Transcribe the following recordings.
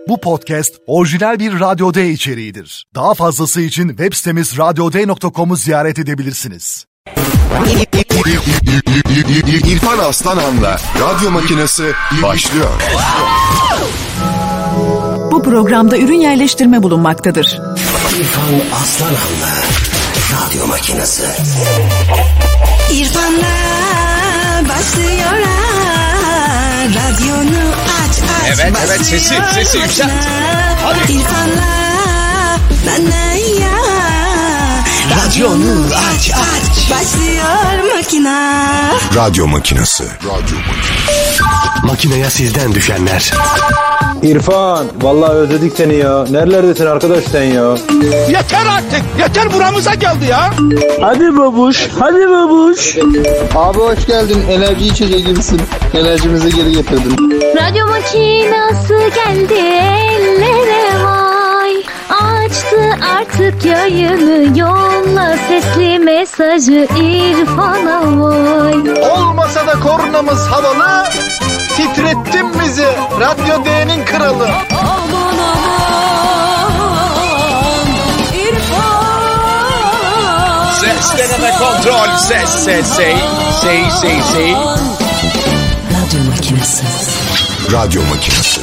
Bu podcast orijinal bir Radyo D içeriğidir. Daha fazlası için web sitemiz radyoday.com'u ziyaret edebilirsiniz. İrfan Aslanhan'la Radyo Makinesi başlıyor. Bu programda ürün yerleştirme bulunmaktadır. İrfan Aslanhan'la Radyo Makinesi. İrfan'la başlıyor ha. Radyonu aç. Evet sesi yükselt. Hadi. İrfan'la nanaya. Radyonu aç. Başlıyor makina. Radyo Makinesi. Makineye sizden düşenler. İrfan, vallahi özledik seni ya. Nerelerdesin arkadaş sen ya? Yeter artık. Yeter, buramıza geldi ya. Hadi babuş. Abi hoş geldin. Enerji içeceği gibisin. Enerjimizi geri getirdin. Radyo makinası geldi ellere vay. Açtı artık yayını, yolla sesli mesajı İrfan'a vay. Olmasa da kornamız havalı. Titrettin bizi Radyo D'nin kralı. Aman İrfan. Ses deneme kontrol. Ses. Radyo makinesi. Radyo Makinesi.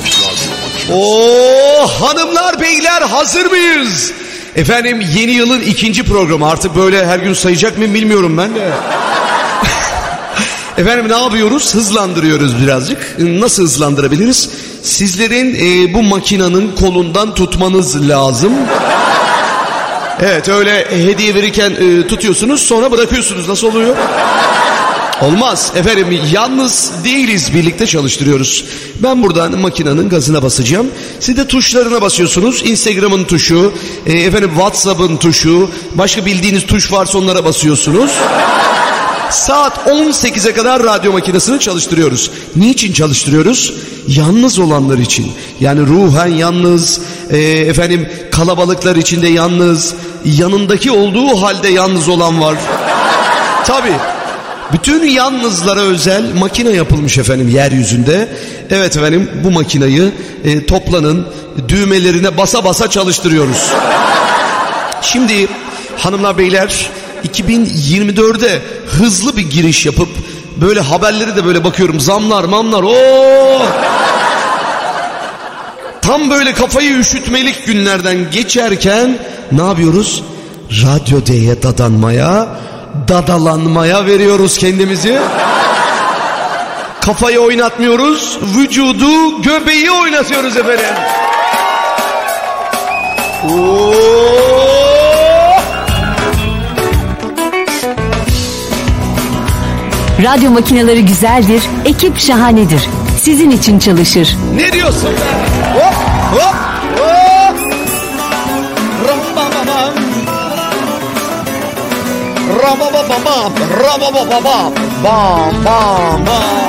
Hanımlar beyler, hazır mıyız? Efendim, yeni yılın 2. programı, artık böyle her gün sayacak mıyım bilmiyorum ben de. Efendim, ne yapıyoruz? Hızlandırıyoruz birazcık. Nasıl hızlandırabiliriz? Sizlerin bu makinanın kolundan tutmanız lazım. Evet, öyle hediye verirken tutuyorsunuz, sonra bırakıyorsunuz. Nasıl oluyor? Olmaz efendim, yalnız değiliz, birlikte çalıştırıyoruz. Ben buradan makinenin gazına basacağım. Siz de tuşlarına basıyorsunuz. Instagram'ın tuşu, efendim WhatsApp'ın tuşu, başka bildiğiniz tuş varsa onlara basıyorsunuz. Saat 18'e kadar radyo makinesini çalıştırıyoruz. Niçin çalıştırıyoruz? Yalnız olanlar için. Yani ruhen yalnız, efendim kalabalıklar içinde yalnız, yanındaki olduğu halde yalnız olan var. Tabii. Bütün yalnızlara özel makine yapılmış efendim yeryüzünde. Evet efendim, bu makinayı toplanın, düğmelerine basa basa çalıştırıyoruz. Şimdi hanımlar beyler, 2024'e hızlı bir giriş yapıp böyle haberleri de böyle bakıyorum, zamlar mamlar. Tam böyle kafayı üşütmelik günlerden geçerken ne yapıyoruz? Radyo D'ye dadalanmaya veriyoruz kendimizi. Kafayı oynatmıyoruz, vücudu, göbeği oynatıyoruz efendim. Radyo makineleri güzeldir, ekip şahanedir. Sizin için çalışır. Ne diyorsun be? Hop. Rabababam. Bam.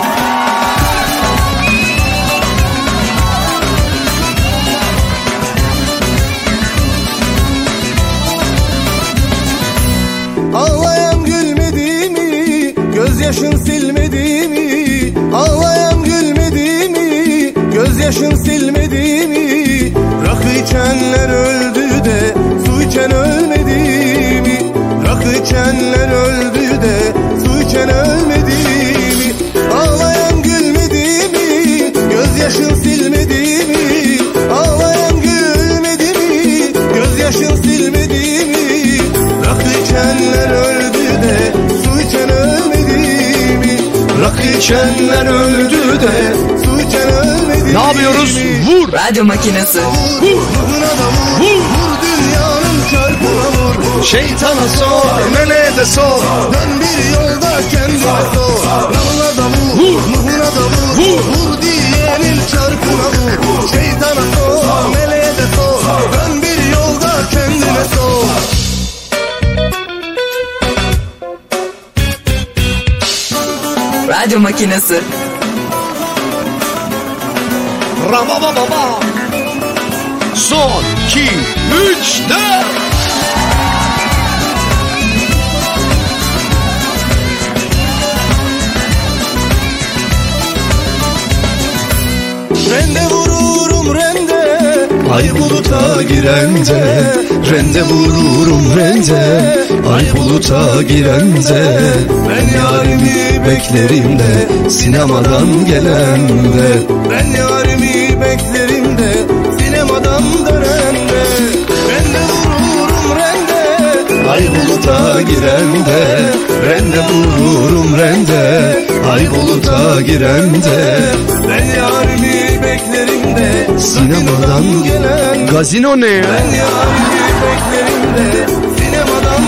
Ağlayan gülmedi mi? Gözyaşın silmedi mi? Ağlayan gülmedi mi? Gözyaşın silmedi mi? Rakı içenler öldü de su içen ölmedi mi? Rakı içenler öldü de su içen ölmedi mi? Ağlayan gülmedi mi? Gözyaşın silmedi mi? Ağlayan gülmedi mi? Gözyaşın silmedi mi? Rakı içenler öldü de su içen ölmedi mi? Rakı içenler öldü de su içen ölmedi mi? Ne yapıyoruz? Vur! Radyo makinesi. Vur dünyanın çarkına vur. Şeytana sor, meleğe de sor. Dön bir yolda kendine sor. Nalına da vur, muhuna da vur. Vur diyenin çarkına vur. Şeytana sor, meleğe de sor. Dön bir yolda kendine sor. Radyo makinesi. Rabababa. Son 2, 3, 4. Rende vururum rende. Ay buluta girende rende vururum rende. Ay buluta girende ben yarimi beklerim de sinemadan gelende. Ben yarimi beklerim de sinemadan dönende. Ben de vururum rende. Ay buluta girende rende vururum rende. Ay buluta girende Ben yarimi beklerim de sinemadan gelen. Gazino ne ya? Ben yarimi beklerim de sinemadan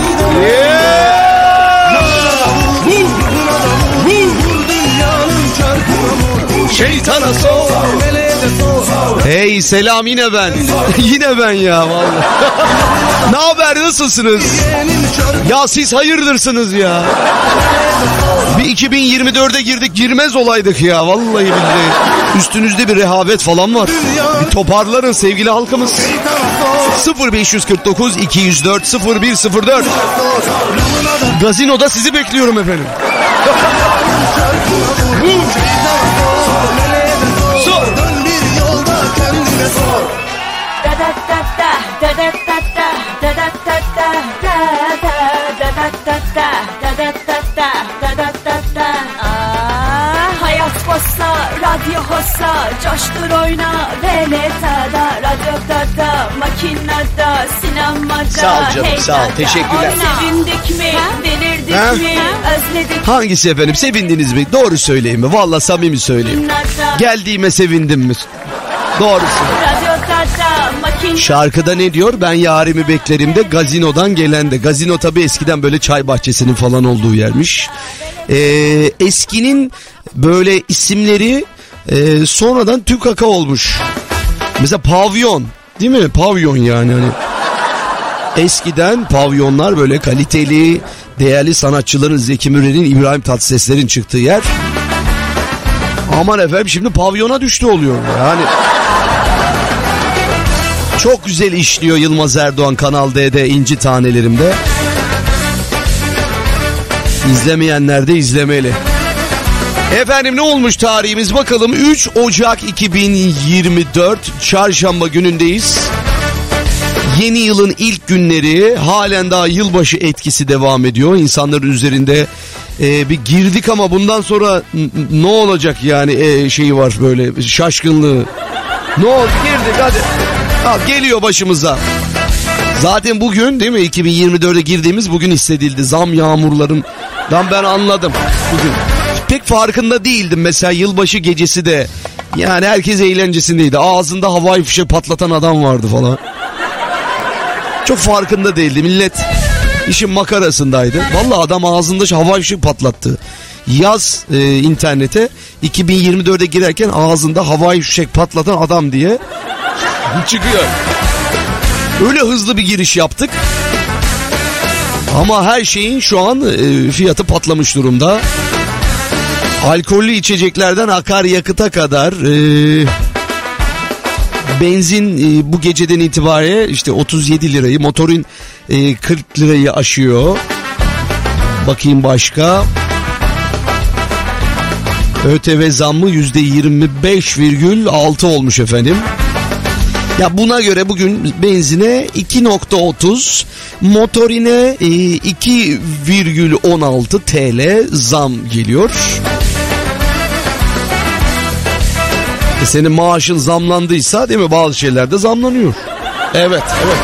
Vur dünyanın çarkına vur. Şeytana sor. Meleğe de sor. Hey selam yine ben. Yine ben ya vallahi. Ne haber, nasılsınız? Ya siz hayırdırsınız ya. Bir 2024'e girdik, girmez olaydık ya vallahi billahi. Üstünüzde bir rehavet falan var. Bir toparlanın sevgili halkımız. 0549 204 0104. Gazinoda sizi bekliyorum efendim. Sor. Dön bir yolda kendine sor. Hayat bossa, radyo hossa, coştur oyna, veletada, radyoda, makinada, sinemada. Sağ ol canım, sağ ol, teşekkürler. Sevindik mi, delirdik mi, özledik. Hangisi efendim, sevindiniz mi? Doğru söyleyeyim mi? Vallahi samimi söyleyeyim. Geldiğime sevindim mi? Doğrusu. Şarkıda ne diyor? Ben yarimi beklerim de gazinodan gelen de. Gazino tabii eskiden böyle çay bahçesinin falan olduğu yermiş. Eskinin böyle isimleri sonradan tükaka olmuş. Mesela pavyon, değil mi? Pavyon yani hani. Eskiden pavyonlar böyle kaliteli, değerli sanatçıların, Zeki Müren'in, İbrahim Tatlıses'lerin çıktığı yer. Aman efendim şimdi pavyona düştü oluyor yani. Çok güzel işliyor Yılmaz Erdoğan Kanal D'de İnci Tanelerim'de. İzlemeyenler de izlemeli. Efendim ne olmuş tarihimiz bakalım. 3 Ocak 2024 Çarşamba günündeyiz. Yeni yılın ilk günleri, halen daha yılbaşı etkisi devam ediyor. İnsanların üzerinde bir girdik ama bundan sonra ne olacak yani şeyi var böyle şaşkınlığı. Ne oldu, girdik hadi. Ha, geliyor başımıza. Zaten bugün değil mi 2024'e girdiğimiz bugün hissedildi. Zam yağmurlarından ben anladım bugün. Pek farkında değildim mesela yılbaşı gecesi de. Yani herkes eğlencesindeydi. Ağzında havai fişek patlatan adam vardı falan. Çok farkında değildi millet. İşin makarasındaydı. Vallahi adam ağzında havai fişek patlattı. Yaz internete 2024'e girerken ağzında havai fişek patlatan adam diye çıkıyor. Öyle hızlı bir giriş yaptık. Ama her şeyin şu an fiyatı patlamış durumda. Alkollü içeceklerden akaryakıta kadar benzin bu geceden itibaren işte 37 lirayı, motorin 40 lirayı aşıyor. Bakayım başka. ÖTV zammı %25,6 olmuş efendim. Ya buna göre bugün benzine 2.30, motorine 2,16 TL zam geliyor. Senin maaşın zamlandıysa değil mi, bazı şeyler de zamlanıyor. Evet, evet.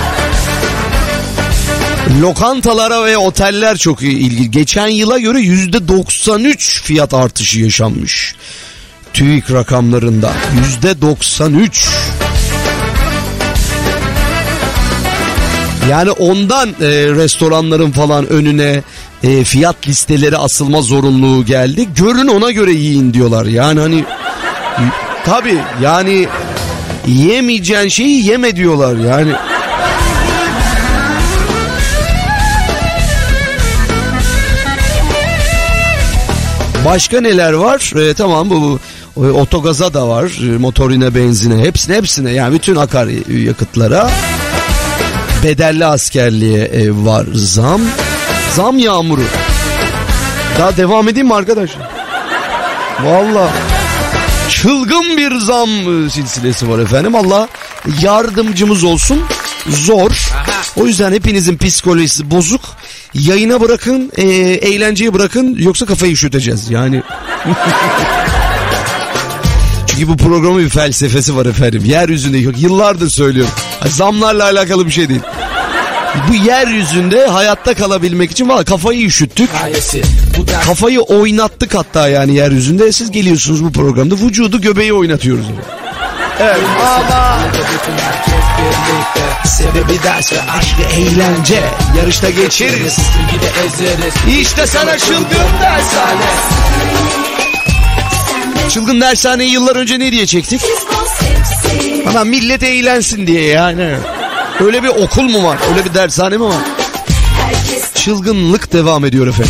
Lokantalara ve oteller çok ilgili. Geçen yıla göre %93 fiyat artışı yaşanmış. TÜİK rakamlarında %93. Yani ondan restoranların falan önüne fiyat listeleri asılma zorunluluğu geldi. Görün ona göre yiyin diyorlar. Yani hani tabii yani yemeyeceğin şeyi yeme diyorlar yani. Başka neler var? Tamam bu otogaza da var, motorine, benzine, hepsine yani bütün akaryakıtlara. Bedelli askerliğe var zam. Zam yağmuru. Daha devam edeyim mi arkadaşlar? Vallahi. Çılgın bir zam silsilesi var efendim. Allah yardımcımız olsun. Zor. O yüzden hepinizin psikolojisi bozuk. Yayına bırakın, eğlenceyi bırakın, yoksa kafayı üşüteceğiz yani. Çünkü bu programın bir felsefesi var efendim. Yeryüzünde yok. Yıllardır söylüyorum. Zamlarla alakalı bir şey değil. Bu yeryüzünde hayatta kalabilmek için valla kafayı üşüttük. Kafayı oynattık hatta yani yeryüzünde. Siz geliyorsunuz bu programda, vücudu göbeği oynatıyoruz. Evet. Ama sebebi ders ve aşk ve eğlence. Yarışta geçeriz. İşte sana çılgın dershane. Çılgın dershaneyi yıllar önce ne diye çektik? Ama millet eğlensin diye yani. Öyle bir okul mu var? Öyle bir dershane mi var? Çılgınlık devam ediyor efendim.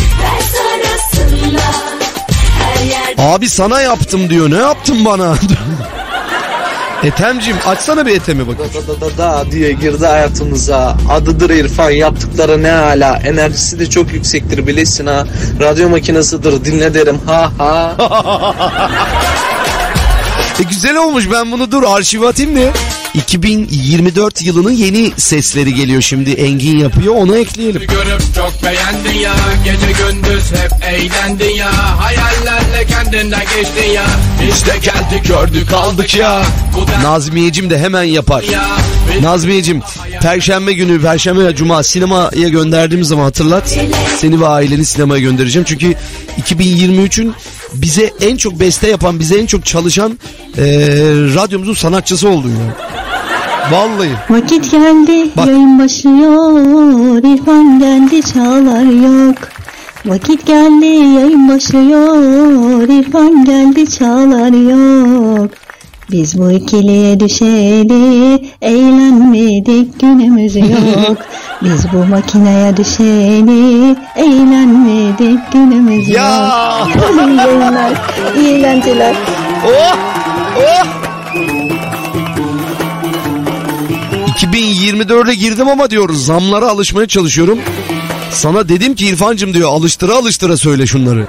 Abi sana yaptım diyor. Ne yaptın bana? Ethem'cim açsana bir Ethem'e bakayım. Da diye girdi hayatımıza. Adıdır İrfan, yaptıkları ne hala. Enerjisi de çok yüksektir bilesin ha. Radyo makinesidir, dinle derim ha ha. Güzel olmuş, ben bunu dur arşive atayım mı? 2024 yılının yeni sesleri geliyor şimdi, Engin yapıyor, onu ekleyelim. Görüp çok beğendin ya, gece gündüz hep eğlendin ya, hayallerle kendinden geçtin ya, işte geldik gördük aldık ya. Nazmiyeciğim de hemen yapar. Nazmiyeciğim, Perşembe günü, Perşembe Cuma sinemaya gönderdiğimiz zaman hatırlat. Seni ve aileni sinemaya göndereceğim. Çünkü 2023'ün bize en çok beste yapan, bize en çok çalışan radyomuzun sanatçısı oldu ya. Vallahi. Vakit geldi, bak. Yayın başlıyor, İrfan geldi, Çağlar yok. Vakit geldi, yayın başlıyor, İrfan geldi, Çağlar yok. Biz bu ikiliye düşeli, eğlenmedik, günümüz yok. Biz bu makineye düşeli, eğlenmedik, günümüz yok. İyi yayınlar, iyi eğlenceler. Oh! Oh! 2024'e girdim ama diyor, zamlara alışmaya çalışıyorum. Sana dedim ki İrfancığım diyor, alıştıra alıştıra söyle şunları.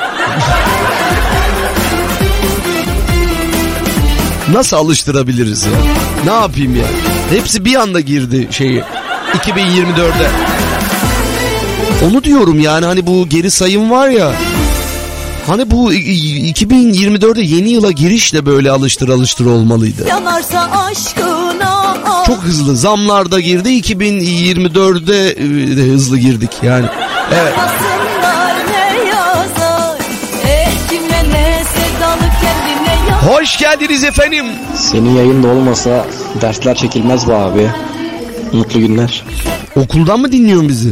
Nasıl alıştırabiliriz ya? Ne yapayım ya? Hepsi bir anda girdi şeyi 2024'e. Onu diyorum yani, hani bu geri sayım var ya. Hani bu 2024'de yeni yıla giriş de böyle alıştır olmalıydı. Yanarsa aşkına. Çok hızlı zamlar da girdi, 2024'de de hızlı girdik yani. Evet. Hoş geldiniz efendim. Senin yayında olmasa dersler çekilmez be abi. Mutlu günler. Okuldan mı dinliyorsun bizi?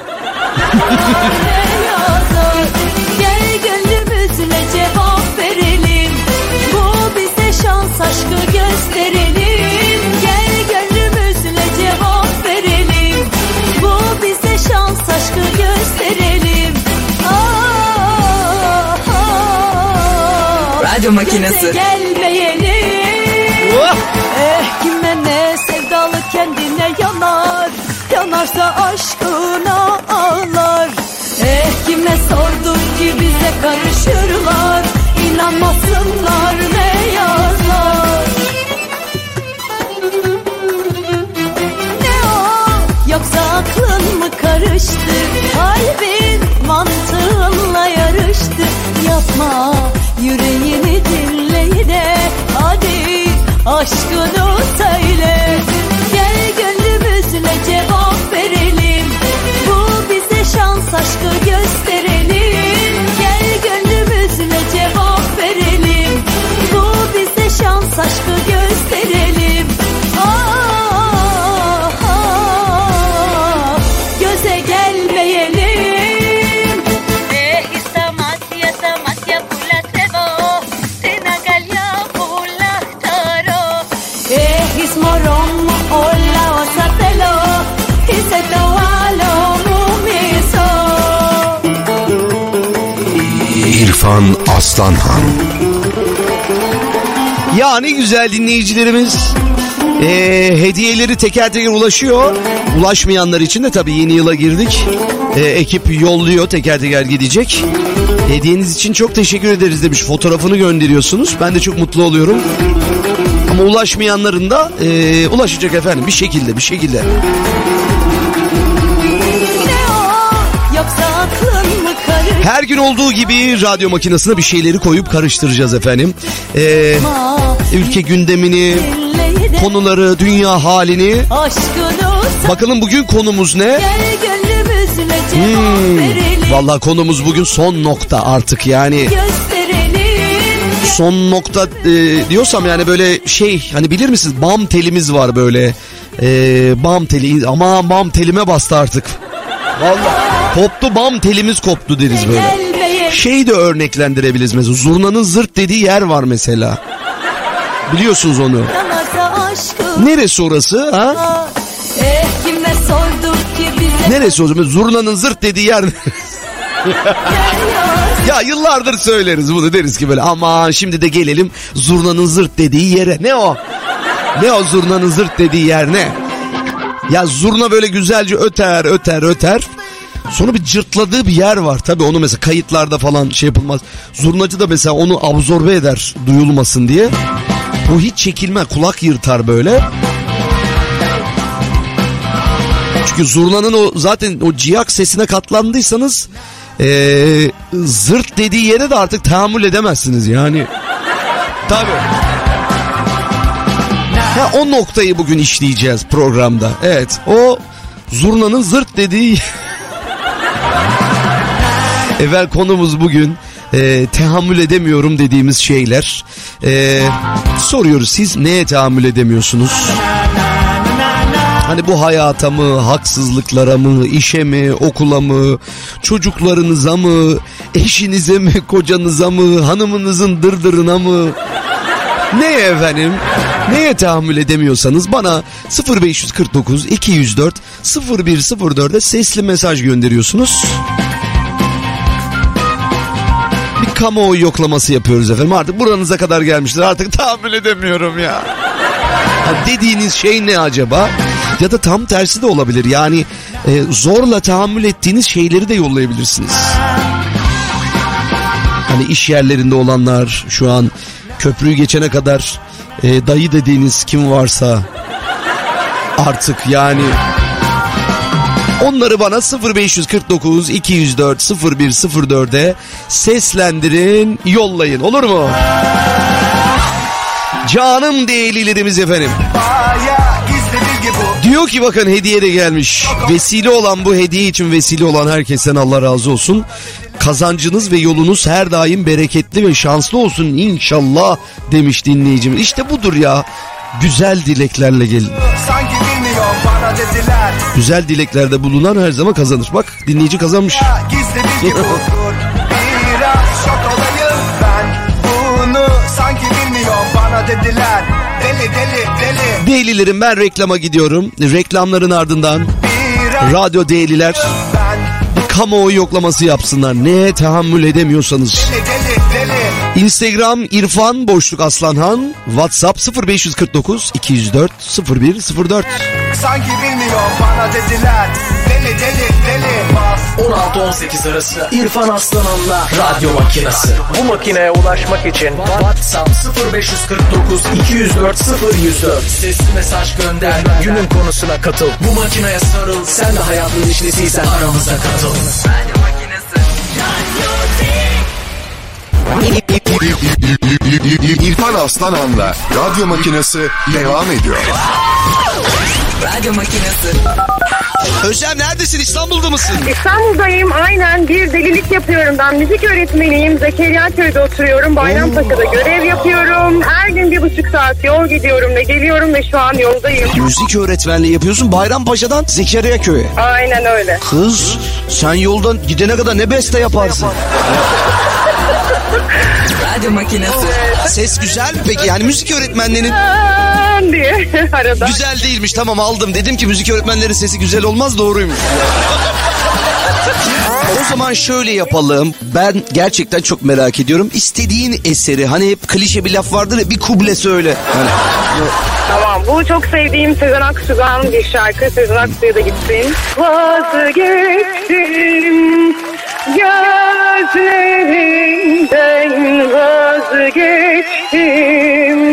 Gel gönlümüzle cevap verelim. Bu bize şans, aşkı gösterelim. Gel gönlümüzle cevap verelim. Bu bize şans, aşkı gösterelim. Radyo makinesi. Gelmeyelim. Kime ne sevdalı kendine yanar. Yanarsa aşkına ağlar. Kime sorduk ki bize karışırlar. İnanmasınlar ne yazar. Ne o? Yoksa aklın mı karıştı? Kalbin mantığınla yarıştı. Yapma, yüreğini dinle de hadi aşkını söyle. Gel gönlümüzle cevap verelim. Bu bize şans, aşkı gösterelim. Gel gönlümüzle cevap verelim. Bu bize şans, aşkı gösterelim. Göze gelmeyelim. İrfan Aslanhan. Ya ne güzel dinleyicilerimiz hediyeleri teker teker ulaşıyor. Ulaşmayanlar için de tabii yeni yıla girdik. Ekip yolluyor, teker teker gidecek. Hediyeniz için çok teşekkür ederiz demiş. Fotoğrafını gönderiyorsunuz. Ben de çok mutlu oluyorum. Ama ulaşmayanların da ulaşacak efendim bir şekilde. Her gün olduğu gibi radyo makinesine bir şeyleri koyup karıştıracağız efendim. Ülke gündemini, konuları, dünya halini. Bakalım bugün konumuz ne? Vallahi konumuz bugün son nokta artık yani. Son nokta diyorsam yani böyle şey, hani bilir misiniz? Bam telimiz var böyle. Bam teli, ama bam telime bastı artık. Vallahi koptu, bam telimiz koptu deriz böyle. Şey de örneklendirebiliriz mesela. Zurnanın zırt dediği yer var mesela. Biliyorsunuz onu. Neresi orası ha? Neresi o zaman? Zurnanın zırt dediği yer. Ya yıllardır söyleriz bunu, deriz ki böyle aman şimdi de gelelim zurnanın zırt dediği yere. Ne o? Ne o zurnanın zırt dediği yer ne? Ya zurna böyle güzelce öter. Sonra bir cırtladığı bir yer var. Tabii onu mesela kayıtlarda falan şey yapılmaz. Zurnacı da mesela onu absorbe eder duyulmasın diye. Bu hiç çekilmez, kulak yırtar böyle. Çünkü zurnanın o zaten o ciyak sesine katlandıysanız zırt dediği yere de artık tahammül edemezsiniz yani. Tabii. Ya o noktayı bugün işleyeceğiz programda. Evet, o zurnanın zırt dediği. Evvel konumuz bugün tahammül edemiyorum dediğimiz şeyler. Soruyoruz, siz neye tahammül edemiyorsunuz? Hani bu hayata mı, haksızlıklara mı, işe mi, okula mı, çocuklarınıza mı, eşinize mi, kocanıza mı, hanımınızın dırdırına mı? Neye efendim? Neye tahammül edemiyorsanız bana 0549 204 0104'e sesli mesaj gönderiyorsunuz. Bir kamuoyu yoklaması yapıyoruz efendim. Artık buranıza kadar gelmiştir. Artık tahammül edemiyorum ya. Dediğiniz şey ne acaba? Ya da tam tersi de olabilir. Yani zorla tahammül ettiğiniz şeyleri de yollayabilirsiniz. Hani iş yerlerinde olanlar, şu an köprüyü geçene kadar dayı dediğiniz kim varsa artık yani onları bana 0549 204 0104'e seslendirin, yollayın, olur mu? Canım değerlilerimiz efendim. Diyor ki bakın hediye de gelmiş. Vesile olan, bu hediye için vesile olan herkesten Allah razı olsun. Kazancınız ve yolunuz her daim bereketli ve şanslı olsun inşallah demiş dinleyicimiz. İşte budur ya. Güzel dileklerle gelin. Güzel dileklerde bulunan her zaman kazanır. Bak dinleyici kazanmış. Dediler. Deli. Delilerim, ben reklama gidiyorum. Reklamların ardından radyo deliler bir kamuoyu yoklaması yapsınlar. Neye tahammül edemiyorsanız. Instagram İrfan boşluk Aslanhan, WhatsApp 0549 204 0104. Sanki bilmiyor bana dediler. Deli. 16-18 arası İrfan Aslanhan'la Radyo Makinası. Bu makineye ulaşmak için WhatsApp 0549 204 0104. Sesli mesaj gönder. Günün konusuna katıl. Bu makineye sarıl. Sen de hayatın dişlisiysen aramıza katıl. Radyo Makinası. İrfan Aslanhan'la Radyo Makinası devam ediyor. Radyo Makinası. Özlem neredesin? İstanbul'da mısın? İstanbul'dayım aynen. Bir delilik yapıyorum. Ben müzik öğretmeniyim. Zekeriyaköy'de oturuyorum. Bayrampaşa'da görev yapıyorum. Her gün 1,5 saat yol gidiyorum ve geliyorum ve şu an yoldayım. Müzik öğretmenliği yapıyorsun Bayrampaşa'dan Zekeriyaköy'e. Aynen öyle. Kız sen yoldan gidene kadar ne beste yaparsın? Radyo Makinası. Ses güzel mi peki? Yani müzik öğretmenlerinin... diye arada. Güzel değilmiş, tamam aldım. Dedim ki müzik öğretmenlerin sesi güzel olmaz, doğruymuş. O zaman şöyle yapalım. Ben gerçekten çok merak ediyorum. İstediğin eseri, hani hep klişe bir laf vardır ya, bir kuble söyle. Yani... Tamam, bu çok sevdiğim Sezen Aksu'dan bir şarkı. Sezen Aksu'ya da gitsin. Vazgeçtim Gözlerinden vazgeçtim,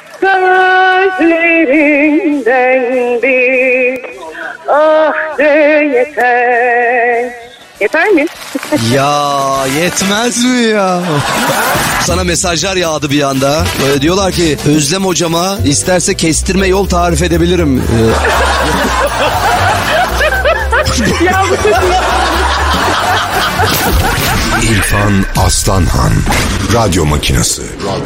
gözlerinden bir ah de yeter. Yeter mi? Ya yetmez mi ya? Sana mesajlar yağdı bir anda. Böyle diyorlar ki Özlem hocama isterse kestirme yol tarif edebilirim. Ya bu çok iyi. İrfan Aslanhan Radyo Makinası.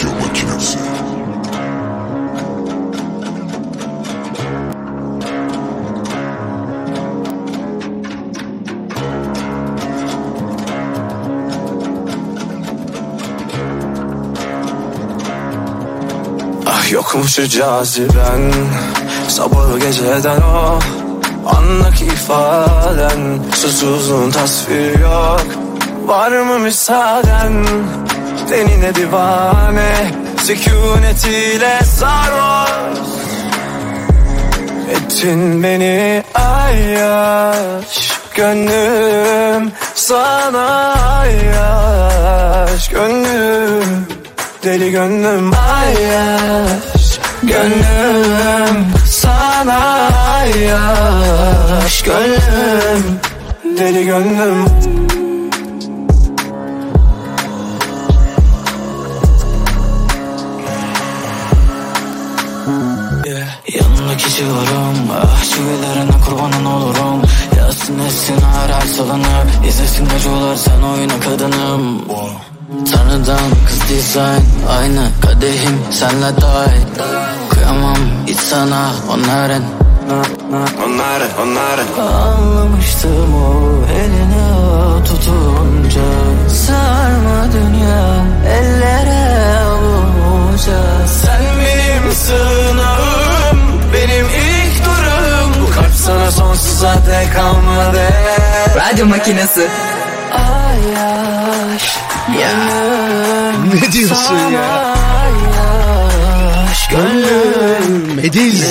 Ah yokmuş caziben, sabahı geceden o anlık ifaden, susuzluğun tasviri yok. Var mı müsaaden, denine divane, sükunetiyle sarhoş ettin beni ayyaş. Gönlüm sana ayyaş, gönlüm deli gönlüm ayyaş. Gönlüm sana ayyaş, gönlüm deli gönlüm. Yanındaki civarım, ah çivilerine kurbanın olurum. Yazsın etsin her salınıp, izlesin geceler sen oyna kadınım. Tanrıdan kız dizayn, aynı kadehim senle dahil. Kıyamam hiç sana onların. Anlamıştım o eline tutunca. Sarma dünya ellere avunca. Sen benim sığınağım, benim ilk durum. Bu kalp sana sonsuza dek kalmadı. Radyo Makinası. Ayyaş, gönlüm. Ne diyorsun ya? Ayyaş, gönlüm. Ediz.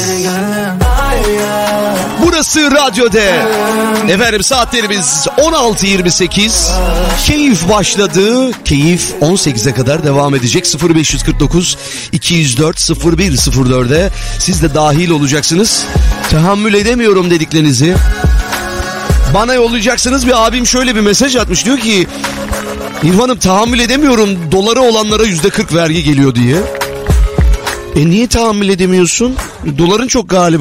Burası Radyo D. Efendim saatlerimiz 16.28. Keyif başladı. Keyif 18'e kadar devam edecek. 0549 204 0104'e siz de dahil olacaksınız. Tahammül edemiyorum dediklerinizi bana yollayacaksınız. Bir abim şöyle bir mesaj atmış, diyor ki İrfan'ım tahammül edemiyorum, doları olanlara %40 vergi geliyor diye. Niye tahammül edemiyorsun? Doların çok galiba.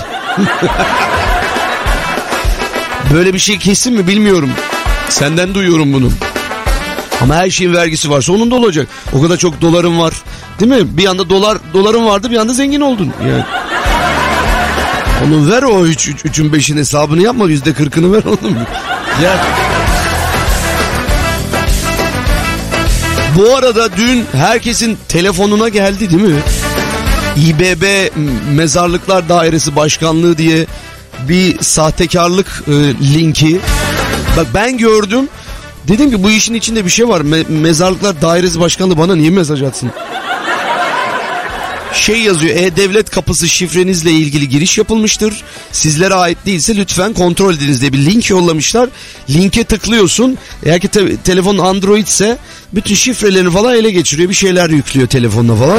Böyle bir şey kesin mi bilmiyorum. Senden duyuyorum bunu. Ama her şeyin vergisi varsa onun da olacak. O kadar çok dolarım var. Değil mi? Bir anda doların vardı, bir anda zengin oldun. Yani. Onu ver, o 3'ün 5'in hesabını yapma, %40'ını ver oğlum. Ya. Bu arada dün herkesin telefonuna geldi değil mi? İBB Mezarlıklar Dairesi Başkanlığı diye bir sahtekarlık linki. Bak ben gördüm. Dedim ki bu işin içinde bir şey var. Mezarlıklar Dairesi Başkanlığı bana niye mesaj atsın? Şey yazıyor, E-Devlet kapısı şifrenizle ilgili giriş yapılmıştır. Sizlere ait değilse lütfen kontrol ediniz diye bir link yollamışlar. Linke tıklıyorsun. Eğer ki telefon Android ise bütün şifrelerini falan ele geçiriyor. Bir şeyler yüklüyor telefonuna falan.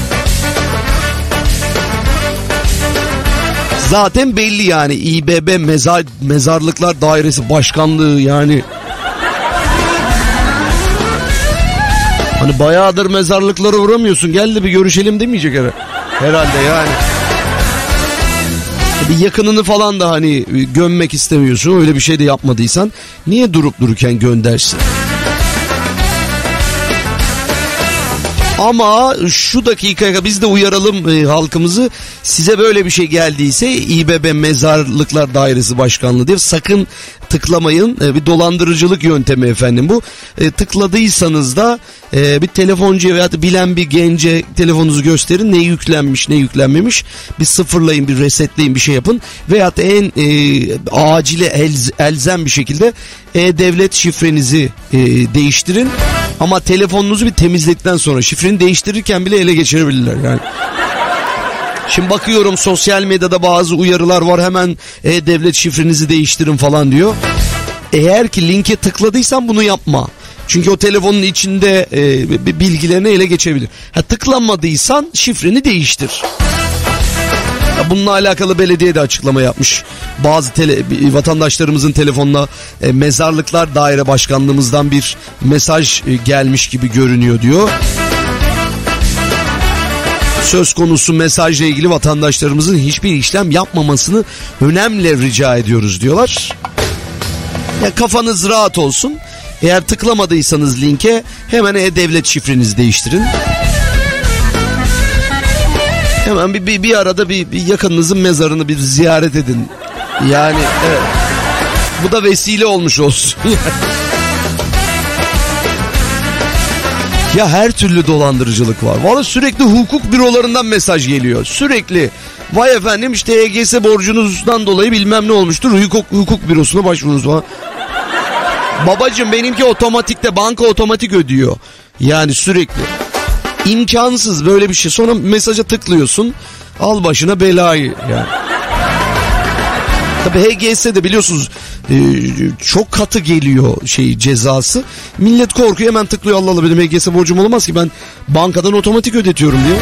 Zaten belli yani, İBB Mezarlıklar Dairesi Başkanlığı yani. Hani bayağıdır mezarlıklara uğramıyorsun, gel de bir görüşelim demeyecek herhalde yani. Bir yakınını falan da hani gömmek istemiyorsun, öyle bir şey de yapmadıysan niye durup dururken göndersin? Ama şu dakikaya biz de uyaralım halkımızı. Size böyle bir şey geldiyse İBB Mezarlıklar Dairesi Başkanlığı diye sakın tıklamayın. Bir dolandırıcılık yöntemi efendim bu. Tıkladıysanız da bir telefoncuya veya da bilen bir gence telefonunuzu gösterin. Ne yüklenmiş ne yüklenmemiş. Bir sıfırlayın, bir resetleyin, bir şey yapın. Veyahut da en acile elzem bir şekilde E-Devlet şifrenizi değiştirin. Ama telefonunuzu bir temizledikten sonra, şifreni değiştirirken bile ele geçirebilirler yani. Şimdi bakıyorum sosyal medyada bazı uyarılar var, hemen E-Devlet şifrenizi değiştirin falan diyor. Eğer ki linke tıkladıysan bunu yapma. Çünkü o telefonun içinde bilgilerini ele geçebilir. Tıklanmadıysan şifreni değiştir. Bununla alakalı belediye de açıklama yapmış. Bazı vatandaşlarımızın telefonuna Mezarlıklar Daire Başkanlığımızdan bir mesaj gelmiş gibi görünüyor diyor. Söz konusu mesajla ilgili vatandaşlarımızın hiçbir işlem yapmamasını önemli rica ediyoruz diyorlar. Ya kafanız rahat olsun. Eğer tıklamadıysanız linke hemen e-devlet şifrenizi değiştirin. Hemen bir arada bir yakınınızın mezarını bir ziyaret edin. Yani evet. Bu da vesile olmuş olsun. Ya her türlü dolandırıcılık var. Vallahi sürekli hukuk bürolarından mesaj geliyor. Sürekli. Vay efendim işte EGS borcunuzdan dolayı bilmem ne olmuştur. Hukuk bürosuna başvurunuz falan. Babacım benimki otomatikte, banka otomatik ödüyor. Yani sürekli. İmkansız böyle bir şey. Sonra mesaja tıklıyorsun. Al başına belayı yani. Tabii HGS'de biliyorsunuz çok katı geliyor cezası. Millet korkuyor, hemen tıklıyor. Allah Allah, benim HGS borcum olamaz ki, ben bankadan otomatik ödetiyorum diyor.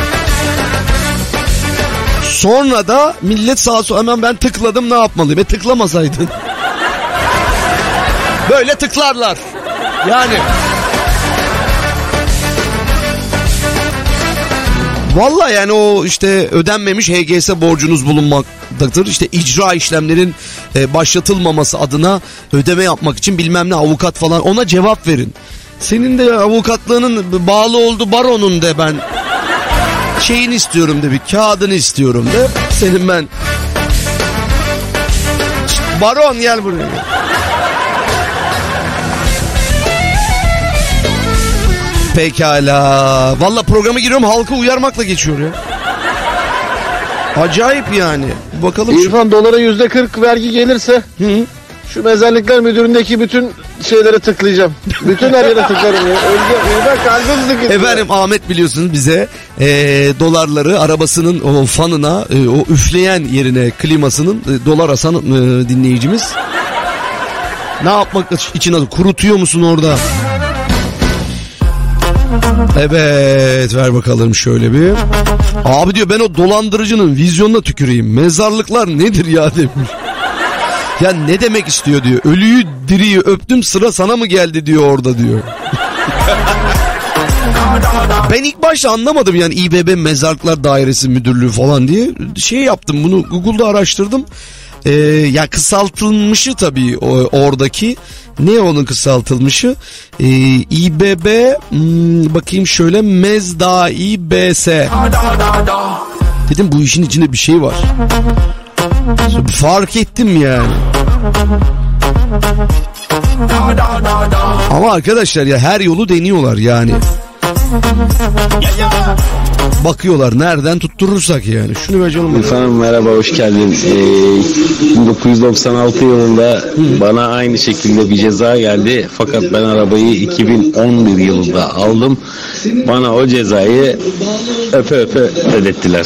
Sonra da millet sağa sola hemen ben tıkladım, ne yapmalıyım? Tıklamasaydın. Böyle tıklarlar. Yani. Vallahi yani o işte ödenmemiş HGS borcunuz bulunmaktadır. İşte icra işlemlerin başlatılmaması adına ödeme yapmak için bilmem ne avukat falan, ona cevap verin. Senin de avukatlığının bağlı oldu baronun de, ben şeyini istiyorum de, bir kağıdını istiyorum de. Senin ben. Baron gel buraya. Pekala. Valla programa giriyorum, halkı uyarmakla geçiyor ya. Acayip yani. Bakalım. İrfan, dolara %40 vergi gelirse şu mezarlıklar müdüründeki bütün şeylere tıklayacağım. Bütün her yere tıklarım ya. Önce kalbim sıkıntı. Efendim Ahmet biliyorsunuz bize dolarları arabasının o fanına, o üfleyen yerine klimasının dolar asan dinleyicimiz. Ne yapmak için kurutuyor musun orada? Evet, ver bakalım şöyle bir. Abi diyor, ben o dolandırıcının vizyonuna tüküreyim. Mezarlıklar nedir ya demiş. Ya ne demek istiyor diyor. Ölüyü diriyi öptüm, sıra sana mı geldi diyor orada diyor. Ben ilk başta anlamadım yani, İBB Mezarlıklar Dairesi Müdürlüğü falan diye. Yaptım bunu, Google'da araştırdım. Ya kısaltılmışı tabii oradaki. Ne onun kısaltılmışı? İBB bakayım şöyle, MEZDAİBS. Dedim bu işin içinde bir şey var. Fark ettim yani. Ama arkadaşlar ya, her yolu deniyorlar yani. Bakıyorlar nereden tutturursak yani. Şunu ver canım. Efendim merhaba, hoş geldin. 1996 yılında bana aynı şekilde bir ceza geldi. Fakat ben arabayı 2011 yılında aldım. Bana o cezayı öpe ödettiler.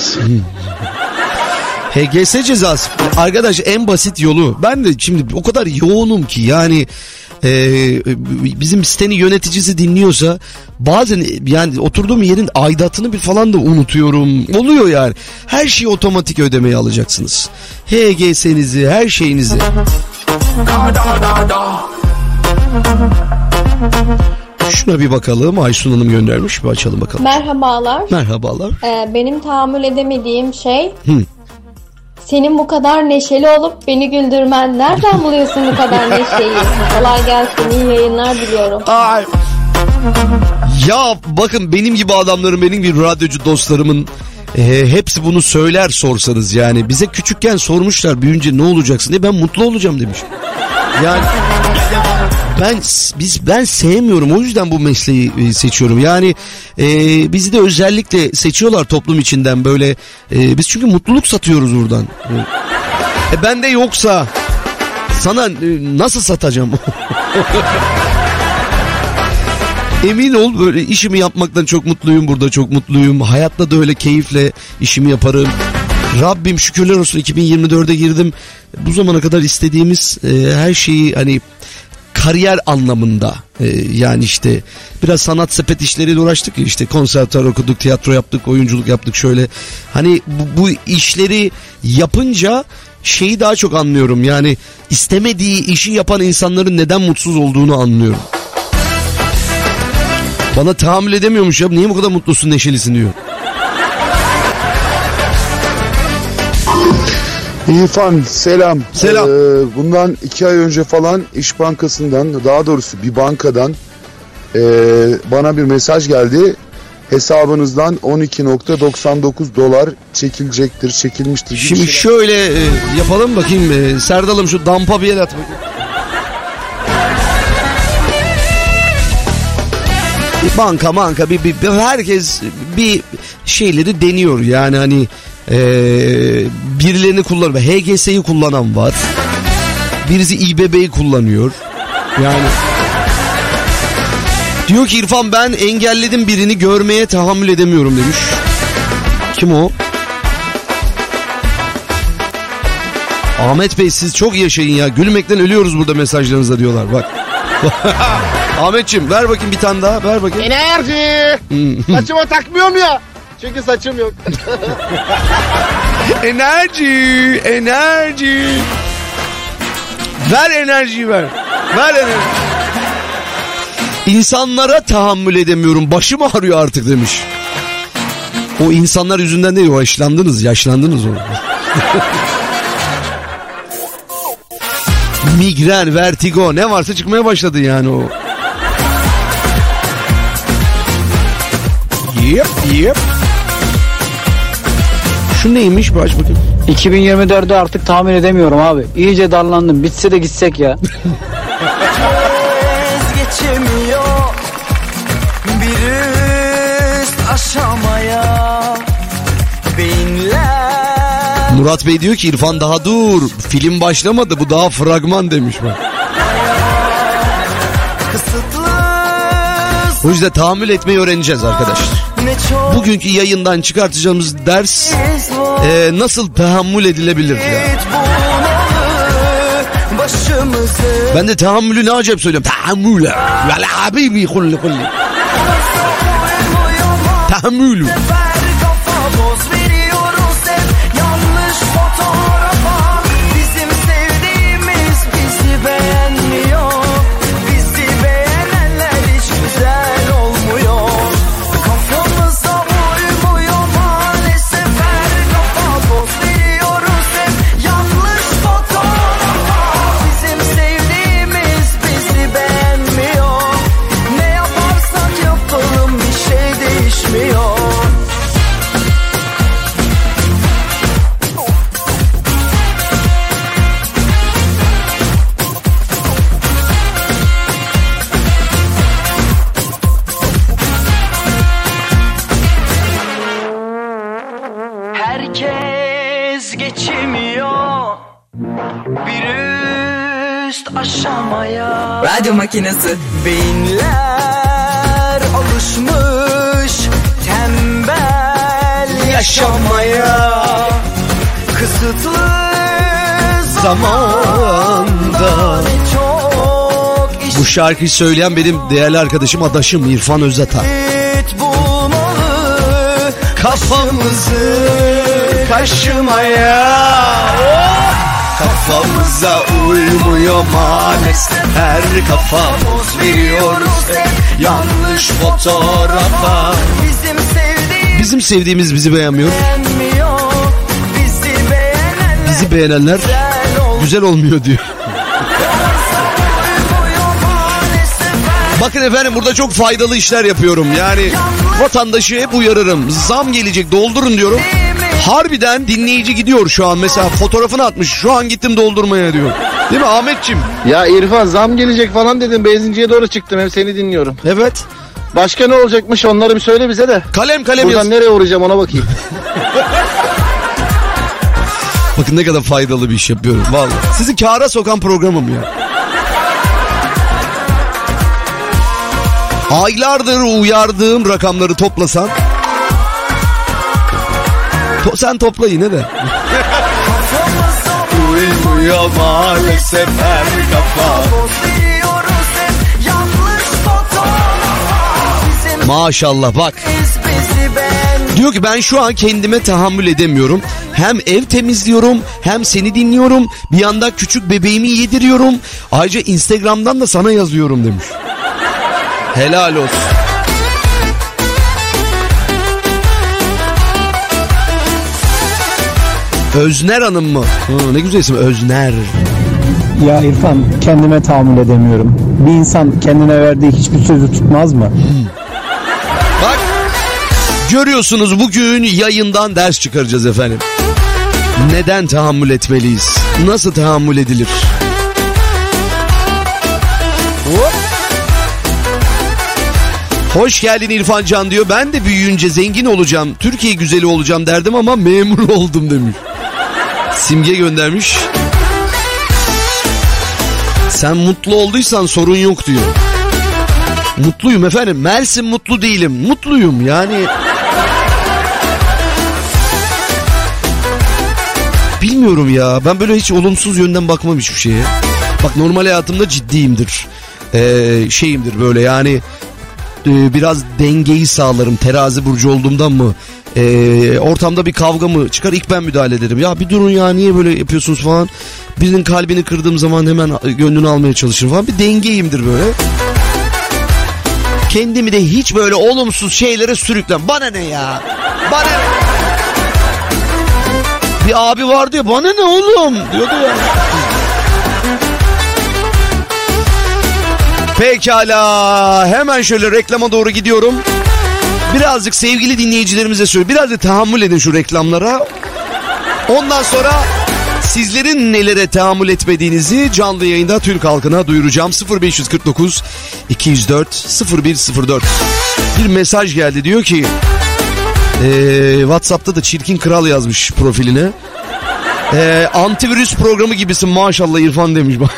HGS cezası. Arkadaş en basit yolu. Ben de şimdi o kadar yoğunum ki yani bizim sitenin yöneticisi dinliyorsa bazen yani oturduğum yerin aidatını bir falan da unutuyorum. Oluyor yani. Her şeyi otomatik ödemeye alacaksınız. HGS'nizi, her şeyinizi. Şuna bir bakalım. Aysun Hanım göndermiş. Bir açalım bakalım. Merhabalar. Merhabalar. Benim tahammül edemediğim şey... Senin bu kadar neşeli olup beni güldürmen. Nereden buluyorsun bu kadar neşeyi? Kolay gelsin, iyi yayınlar diliyorum. Ay. Ya bakın, benim gibi adamların, benim gibi radyocu dostlarımın hepsi bunu söyler sorsanız yani. Bize küçükken sormuşlar, büyüyünce ne olacaksın diye, ben mutlu olacağım demiş. Yani ben sevmiyorum, o yüzden bu mesleği seçiyorum. Yani bizi de özellikle seçiyorlar toplum içinden böyle. Biz çünkü mutluluk satıyoruz buradan. Ben de yoksa sana nasıl satacağım? Emin ol, böyle işimi yapmaktan çok mutluyum, burada çok mutluyum. Hayatta da öyle keyifle işimi yaparım. Rabbim şükürler olsun 2024'e girdim. Bu zamana kadar istediğimiz her şeyi hani kariyer anlamında yani işte biraz sanat sepet işleriyle uğraştık ya, işte konservatuvar okuduk, tiyatro yaptık, oyunculuk yaptık şöyle. Hani bu işleri yapınca şeyi daha çok anlıyorum, yani istemediği işi yapan insanların neden mutsuz olduğunu anlıyorum. Bana tahammül edemiyormuş ya, niye bu kadar mutlusun, neşelisin diyor. İrfan selam. Selam. Bundan 2 ay önce falan İş Bankası'ndan, daha doğrusu bir bankadan bana bir mesaj geldi. Hesabınızdan 12.99 dolar çekilecektir, çekilmiştir. Şimdi şöyle yapalım bakayım. Serdal'ım şu dampa bir el at bakayım. Banka bir herkes bir şeyleri deniyor yani, hani birilerini kullanıyor. HGS'yi kullanan var. Birisi İBB'yi kullanıyor. Yani diyor ki İrfan ben engelledim birini, görmeye tahammül edemiyorum demiş. Kim o? Ahmet Bey siz çok yaşayın ya. Gülmekten ölüyoruz burada mesajlarınıza diyorlar bak. Ahmetciğim ver bakayım bir tane daha, ver bakayım. Enerji. Saçıma takmıyorum ya. Çünkü saçım yok. Enerji. Ver enerjiyi ver. Ver enerji. İnsanlara tahammül edemiyorum. Başım ağrıyor artık demiş. O insanlar yüzünden değil, o yaşlandınız onu. Migren, vertigo ne varsa çıkmaya başladı yani o. Yep. Şu neymiş, aç bakayım. 2024'de artık tahmin edemiyorum abi. İyice darlandım. Bitse de gitsek ya. Geçemiyor bir üst aşamaya beyinler. Murat Bey diyor ki İrfan daha dur. Film başlamadı, bu daha fragman demiş bak. O yüzden tahammül etmeyi öğreneceğiz arkadaşlar. Bugünkü yayından çıkartacağımız ders nasıl tahammül edilebilir ya. Ben de tahammülü ne acayip söylüyorum. Tahammül. Valla habibi kulli. Tahammülü. Herkes geçemiyor bir üst aşamaya. Radyo makinesi. Beyinler alışmış tembel yaşamaya. Kısıtlı zamanda çok Bu şarkıyı söyleyen benim değerli arkadaşım, adaşım İrfan Özata. Kafamızı kaşımaya. Kafamıza uymuyor maalesef. Her kafa poz veriyoruz hep yanlış fotoğrafa. Bizim sevdiğimiz bizi beğenmiyor. Bizi beğenenler güzel olmuyor diyor. Bakın efendim, burada çok faydalı işler yapıyorum. Yani vatandaşı hep uyarırım. Zam gelecek, doldurun diyorum. Harbiden dinleyici gidiyor şu an. Mesela fotoğrafını atmış. Şu an gittim doldurmaya diyor. Değil mi Ahmetciğim? Ya İrfan zam gelecek falan dedim. Benzinciye doğru çıktım. Hem seni dinliyorum. Evet. Başka ne olacakmış, onları bir söyle bize de. Kalem buradan yaz. Nereye uğrayacağım ona bakayım. Bakın ne kadar faydalı bir iş yapıyorum. Vallahi. Sizi kâra sokan programım ya. Aylardır uyardığım rakamları toplasan. Sen topla yine de. Uymuyor maalesef her kafa. Maşallah bak. Diyor ki ben şu an kendime tahammül edemiyorum. Hem ev temizliyorum hem seni dinliyorum. Bir yandan küçük bebeğimi yediriyorum. Ayrıca Instagram'dan da sana yazıyorum demiş. Helal olsun. Özner Hanım mı? Ne güzel isim, Özner. Ya İrfan, kendime tahammül edemiyorum. Bir insan kendine verdiği hiçbir sözü tutmaz mı? Bak, görüyorsunuz bugün yayından ders çıkaracağız efendim. Neden tahammül etmeliyiz? Nasıl tahammül edilir? Hop. Hoş geldin İrfan Can diyor. Ben de büyüyünce zengin olacağım, Türkiye güzeli olacağım derdim ama memur oldum demiş. Simge göndermiş. Sen mutlu olduysan sorun yok diyor. Mutluyum efendim. Mersin mutlu değilim. Mutluyum yani. Bilmiyorum ya. Ben böyle hiç olumsuz yönden bakmam hiçbir şeye. Bak normal hayatımda ciddiyimdir. Şeyimdir böyle yani. Biraz dengeyi sağlarım. Terazi burcu olduğumdan mı? Ortamda bir kavga mı çıkar, ilk ben müdahale ederim. Ya bir durun ya, niye böyle yapıyorsunuz falan. Birinin kalbini kırdığım zaman hemen gönlünü almaya çalışırım falan. Bir dengeyimdir böyle. Kendimi de hiç böyle olumsuz şeylere sürüklem. Bana ne ya? Bana ne? Bir abi vardı ya, bana ne oğlum diyordu ya. Pekala, hemen şöyle reklama doğru gidiyorum. Birazcık sevgili dinleyicilerimize söyleyeyim. Biraz da tahammül edin şu reklamlara. Ondan sonra sizlerin nelere tahammül etmediğinizi canlı yayında Türk halkına duyuracağım. 0549 204 0104. Bir mesaj geldi, diyor ki WhatsApp'ta da çirkin kral yazmış profiline. Antivirüs programı gibisin maşallah İrfan demiş bak.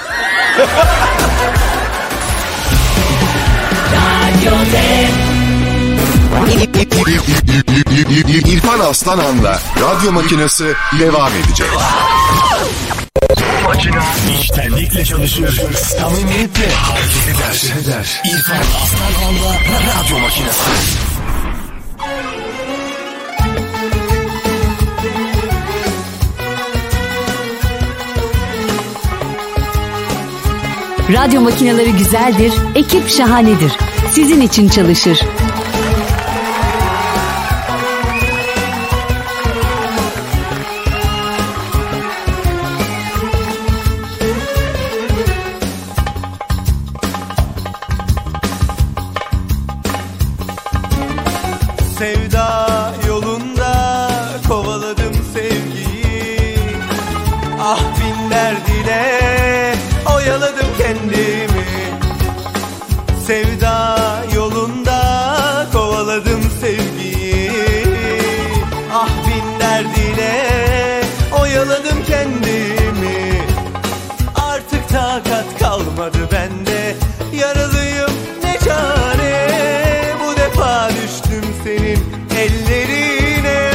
İrfan Aslanhan'la radyo makinesi devam edecek. Makina içtenlikle çalışır, samimiyetle hareket eder. İrfan Aslanhan'la radyo makinesi. Radyo makineleri güzeldir, ekip şahanedir. Sizin için çalışır. Sevda yolunda kovaladım sevgiyi. Ah bin derdile oyaladım kendimi. Sevda yolunda kovaladım sevgiyi. Ah bin derdile oyaladım kendimi. Artık takat kalmadı bende. Yaralıyım ne çare. Bu defa düştüm senin ellerine.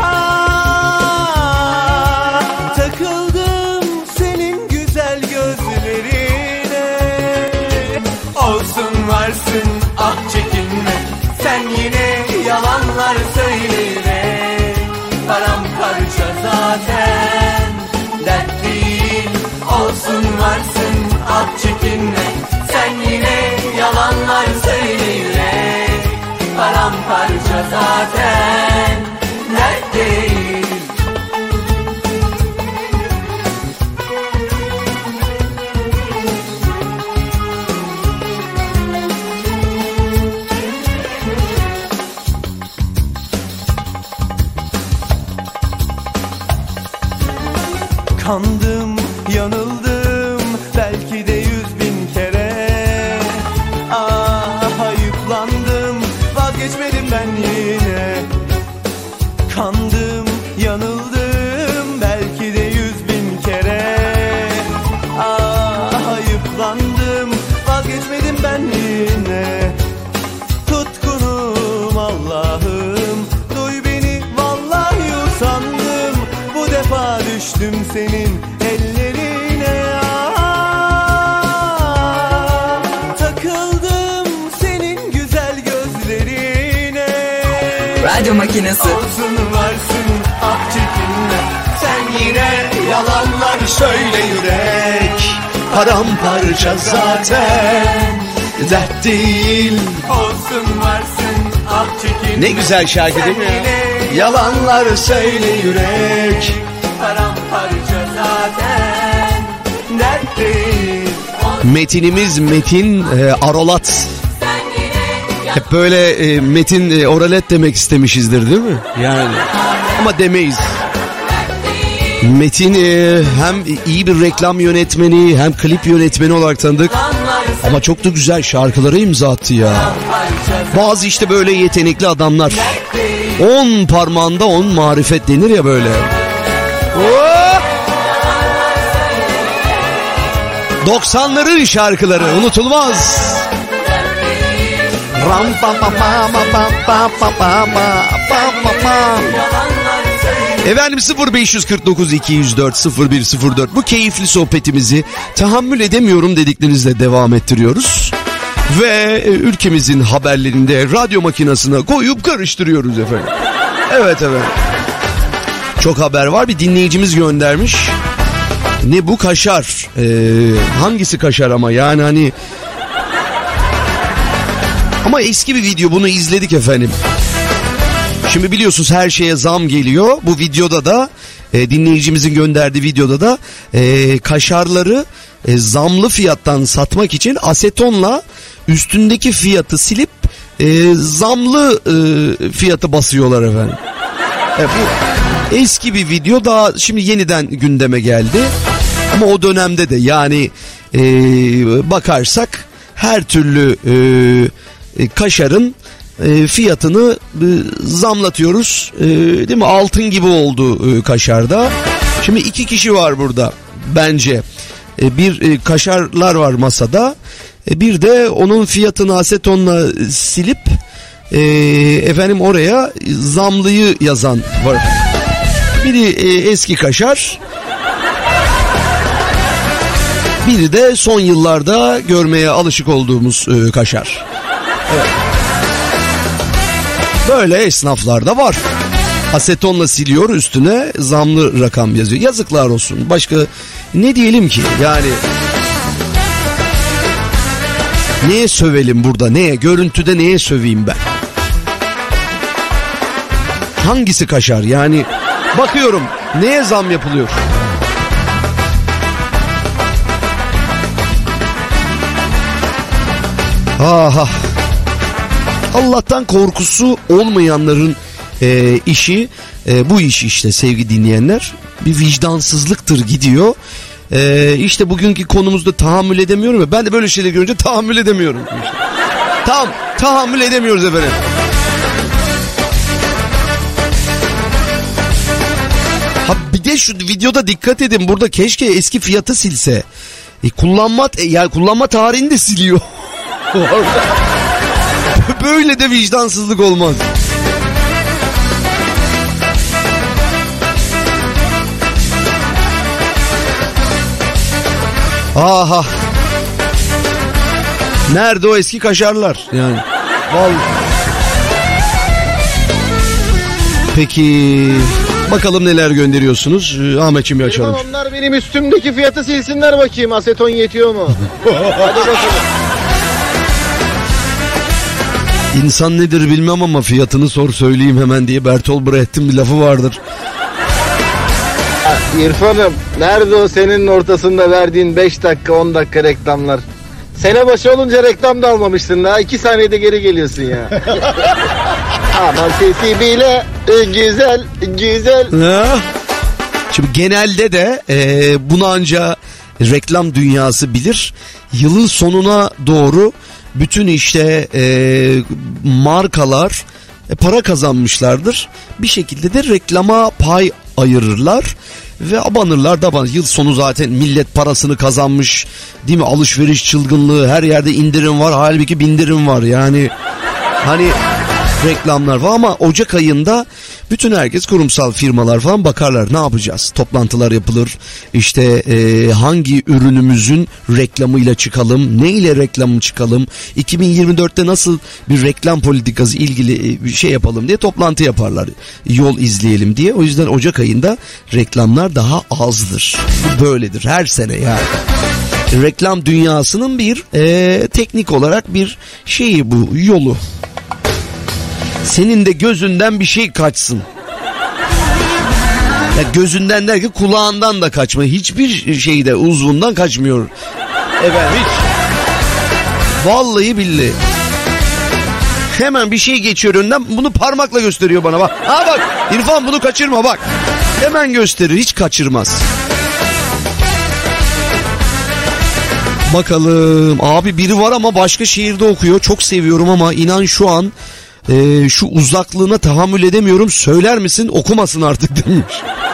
Ah, takıldım senin güzel gözlerine. Olsun varsın ah çekinme. Sen yine yalanlar söyleme. Paramparça zaten dert değil. Olsun varsın ah çekinme. Sen yine yalanlar söyleme. Paramparça zaten dert değil. Kandım, yanıldım belki de 100.000 kere. Ah ayıplandım, vazgeçmedim ben yine. Kandım, yanıldım belki de 100.000 kere. Ah ayıplandım, vazgeçmedim ben yine. Tutkunum Allah'ım, duy beni vallahi usandım. Bu defa düştüm senin ellerine. Ah, takıldım senin güzel gözlerine. Radyo Makinesi. Olsun varsın ah çekinme. Sen yine yalanlar söyle yürek. Paramparça zaten dert değil. Olsun varsın ah çekinme. Ne güzel şarkı değil mi ya? Yalanlar söyle yürek. Paramparça zaten dert değil. Metinimiz Metin Arolat. Hep böyle Metin Oralet demek istemişizdir değil mi? Yani ama demeyiz. Metin hem iyi bir reklam yönetmeni hem klip yönetmeni olarak tanıdık. Ama çok da güzel şarkılara imza attı ya. Bazı işte böyle yetenekli adamlar. 10 parmağında 10 marifet denir ya böyle. Oh! 90'ların şarkıları unutulmaz. Ram pa pa pa pa pa pa pa pa pa. Efendim 0549 204 0104 bu keyifli sohbetimizi tahammül edemiyorum dediklerinizle devam ettiriyoruz. Ve ülkemizin haberlerinde radyo makinesine koyup karıştırıyoruz efendim. Evet. Çok haber var, bir dinleyicimiz göndermiş. Ne bu kaşar? Hangisi kaşar ama yani hani... Ama eski bir video, bunu izledik efendim. Şimdi biliyorsunuz her şeye zam geliyor. Bu videoda da dinleyicimizin gönderdiği videoda da kaşarları zamlı fiyattan satmak için asetonla üstündeki fiyatı silip zamlı fiyatı basıyorlar efendim. Bu eski bir video, daha şimdi yeniden gündeme geldi. Ama o dönemde de yani bakarsak her türlü kaşarın fiyatını zamlatıyoruz, değil mi? Altın gibi oldu kaşarda. Şimdi 2 kişi var burada bence. Bir kaşarlar var masada. Bir de onun fiyatını asetonla silip efendim oraya zamlıyı yazan var. Biri eski kaşar. Biri de son yıllarda görmeye alışık olduğumuz kaşar. Evet. Böyle esnaflar da var. Asetonla siliyor, üstüne zamlı rakam yazıyor. Yazıklar olsun. Başka ne diyelim ki? Yani neye sövelim burada? Neye? Görüntüde neye söveyim ben? Hangisi kaşar? Yani bakıyorum neye zam yapılıyor? Aha. Allah'tan korkusu olmayanların işi bu iş işte sevgili dinleyenler. Bir vicdansızlıktır gidiyor. İşte bugünkü konumuzda tahammül edemiyorum ya. Ben de böyle şeyleri görünce tahammül edemiyorum. İşte. Tamam, tahammül edemiyoruz efendim. Ha bir de şu videoda dikkat edin, burada keşke eski fiyatı silse. Kullanma tarihini de siliyor. Böyle de vicdansızlık olmaz. Aha. Nerede o eski kaşarlar yani? Vallahi. Peki bakalım neler gönderiyorsunuz. Ahmetciğim bir açalım. Onlar benim üstümdeki fiyatı silsinler bakayım. Aseton yetiyor mu? Hadi bakalım. İnsan nedir bilmem ama fiyatını sor söyleyeyim hemen diye Bertolt Brecht'in bir lafı vardır. İrfan'ım, nerede o senin ortasında verdiğin 5 dakika 10 dakika reklamlar? Sene başı olunca reklam da almamışsın daha 2 saniyede geri geliyorsun ya. Ama sesi bile güzel. Şimdi genelde de bunu anca reklam dünyası bilir. Yılın sonuna doğru bütün işte markalar para kazanmışlardır. Bir şekilde de reklama pay ayırırlar ve abanırlar da yıl sonu zaten millet parasını kazanmış, değil mi? Alışveriş çılgınlığı, her yerde indirim var, halbuki bindirim var yani. Hani reklamlar var ama Ocak ayında bütün herkes, kurumsal firmalar falan bakarlar, ne yapacağız? Toplantılar yapılır. İşte hangi ürünümüzün reklamıyla çıkalım, ne ile reklamı çıkalım, 2024'te nasıl bir reklam politikası ilgili bir şey yapalım diye toplantı yaparlar. Yol izleyelim diye. O yüzden Ocak ayında reklamlar daha azdır. Böyledir her sene yani. Reklam dünyasının bir teknik olarak bir şeyi bu, yolu. Senin de gözünden bir şey kaçsın. Ya gözünden derken kulağından da kaçma. Hiçbir şeyde uzvundan kaçmıyor. Evet hiç. Vallahi billahi. Hemen bir şey geçiyor önünden, bunu parmakla gösteriyor bana bak. Ha bak İrfan, bunu kaçırma bak. Hemen gösterir, hiç kaçırmaz. Bakalım abi, biri var ama başka şehirde okuyor. Çok seviyorum ama inan şu an şu uzaklığına tahammül edemiyorum. Söyler misin, okumasın artık demiş.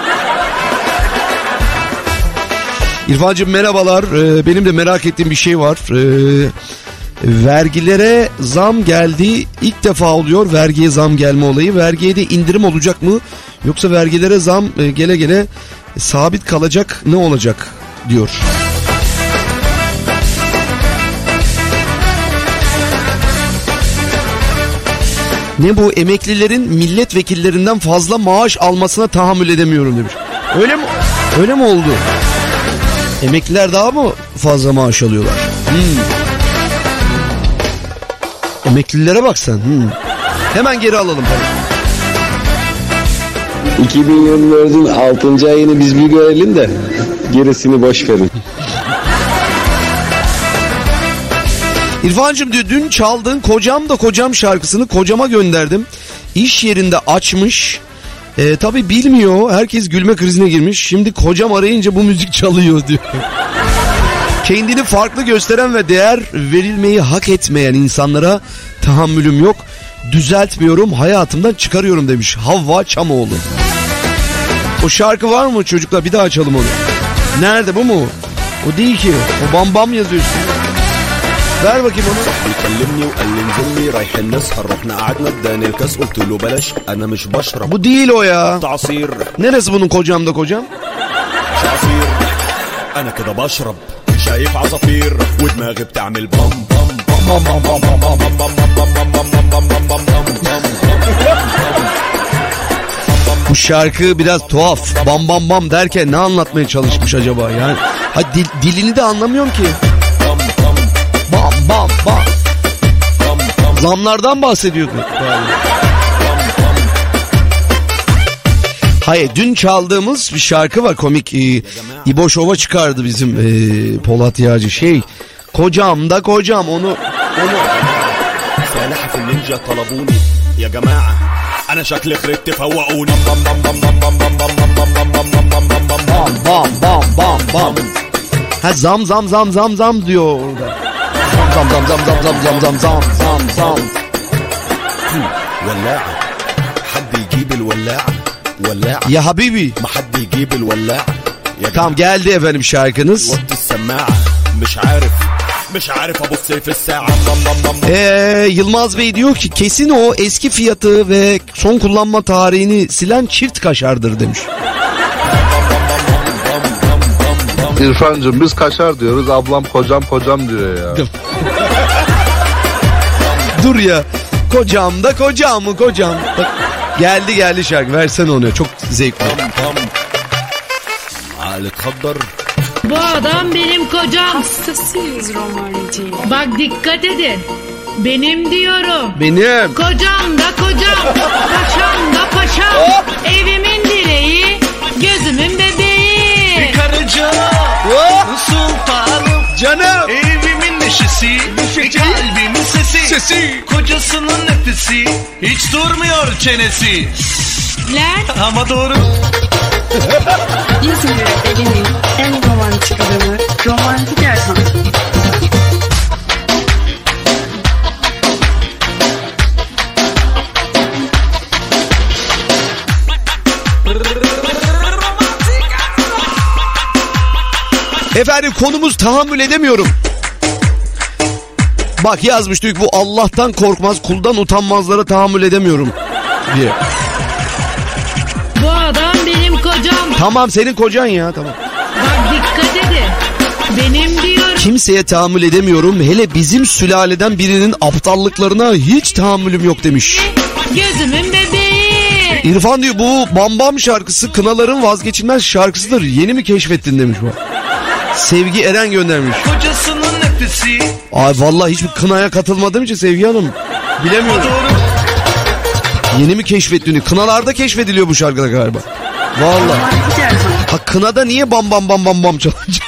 İrfancığım merhabalar. Benim de merak ettiğim bir şey var. Vergilere zam geldi. İlk defa oluyor vergiye zam gelme olayı. Vergiye de indirim olacak mı? Yoksa vergilere zam gele gele sabit kalacak, ne olacak diyor. Ne bu, emeklilerin milletvekillerinden fazla maaş almasına tahammül edemiyorum demiş. Öyle mi oldu? Emekliler daha mı fazla maaş alıyorlar? Emeklilere bak sen. Hemen geri alalım. 2024'ün 6. ayını biz bir görelim de gerisini boş verin. İrfancığım diyor, dün çaldığın Kocam da Kocam şarkısını kocama gönderdim. İş yerinde açmış. Tabii bilmiyor. Herkes gülme krizine girmiş. Şimdi kocam arayınca bu müzik çalıyor diyor. Kendini farklı gösteren ve değer verilmeyi hak etmeyen insanlara tahammülüm yok. Düzeltmiyorum, hayatımdan çıkarıyorum demiş Havva Çamoğlu. O şarkı var mı çocuklar? Bir daha açalım onu. Nerede, bu mu? O değil ki. O Bam Bam yazıyorsun. ver bakayım onu. يكلمني وقال لي انزل لي رايحين نسهر رحنا قعدنا اداني الكاس قلت له بلاش انا مش بشرب. Bu değil o ya. تعصير. Neresi bunun kocam da kocam? عصير انا كده بشرب شايف عصافير ودماغي بتعمل بام بام بام بام بام بام بام بام بام بام بام بام. Bu şarkı biraz tuhaf. Bam bam bam derken ne anlatmaya çalışmış acaba yani? Ha, dilini de anlamıyorum ki. Bam bam bam. Zamlardan bahsediyordu. Hayır, dün çaldığımız bir şarkı var, komik. İbo Şov'a çıkardı bizim Polat Yağcı. Kocam da kocam onu. سلاحف النينجا طلبوني يا جماعة أنا شكلي خربت فوقوني بام بام بام بام بام بام بام بام بام بام بام bam bam bam bam. Ha zam zam zam zam zam diyor orada. Zam zam zam zam zam zam zam zam zam. ولاعة حد يجيب الولاعة ولاعة Ya habibi. ما حد يجيب الولاعة. Tamam, geldi efendim şarkınız. وطي السماعة مش عارف ابص في الساعة. Yılmaz Bey diyor ki kesin o eski fiyatı ve son kullanma tarihini silen çift kaşardır demiş. İrfancığım biz kaşar diyoruz, ablam kocam kocam diyor ya. Dur ya, kocam da kocam mı kocam. Bak, geldi şarkı, versene onu, çok zevkli. Bu adam benim kocam. Hastasıyız romantiğe. Bak dikkat edin. Benim diyorum. Benim. Kocam da kocam. Paşam da paşam. Evimin direği. Gözümün bebeği. Karıcanım. Sultanım. Canım. Evimin neşesi. Kalbimin sesi. Kocasının nefesi. Hiç durmuyor çenesi. Lan. Ama doğru. İzmir elinin en romantik adamı Romantik Erhan. Efendim konumuz tahammül edemiyorum. Bak yazmış diyor ki bu Allah'tan korkmaz, kuldan utanmazlara tahammül edemiyorum diye. Bu adam benim kocam. Tamam senin kocan ya, tamam. Bak dikkat edin. Benim diyorum. Kimseye tahammül edemiyorum. Hele bizim sülaleden birinin aptallıklarına hiç tahammülüm yok demiş. Gözümün bebeği. İrfan diyor bu Bam Bam şarkısı kınaların vazgeçilmez şarkısıdır. Yeni mi keşfettin demiş bu. Sevgi Eren göndermiş. Kocasının nefesi. Ay vallahi hiçbir kınaya katılmadığım için Sevgi Hanım bilemiyorum. Yeni mi keşfettiğini? Kınalarda keşfediliyor bu şarkıda galiba. Vallahi. Ha kınada niye bam bam bam bam bam çalınca?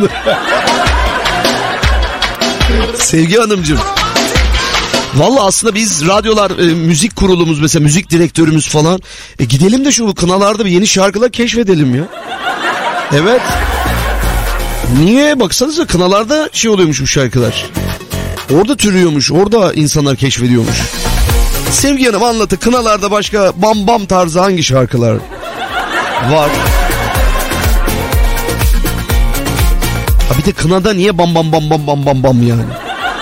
Sevgi Hanımcığım. Vallahi aslında biz radyolar, müzik kurulumuz mesela, müzik direktörümüz falan. Gidelim de şu kınalarda bir yeni şarkılar keşfedelim ya. Evet. Niye? Baksanıza kınalarda şey oluyormuş bu şarkılar. Orada türüyormuş, orada insanlar keşfediyormuş. Sevgi Hanım anlatı, kınalarda başka bam bam tarzı hangi şarkılar var? Ha bir de kınada niye bam bam bam bam bam bam bam yani?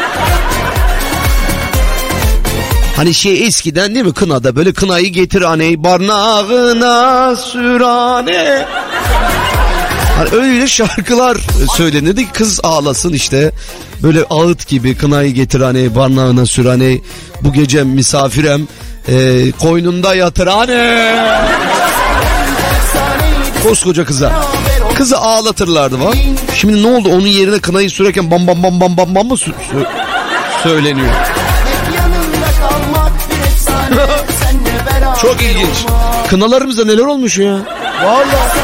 Hani şey eskiden değil mi kınada böyle kınayı getir aney barnağına sür aney. Hani öyle şarkılar söylenirdi ki kız ağlasın işte. Böyle ağıt gibi kınayı getir aney barnağına sür aney. Bu gece misafirem koynunda yatır aney. Koskoca kıza. Kızı ağlatırlardı var. Şimdi ne oldu onun yerine kınayı sürerken bam bam bam bam bam bam mı söyleniyor? Çok ilginç. Kınalarımızda neler olmuş ya? Vallahi.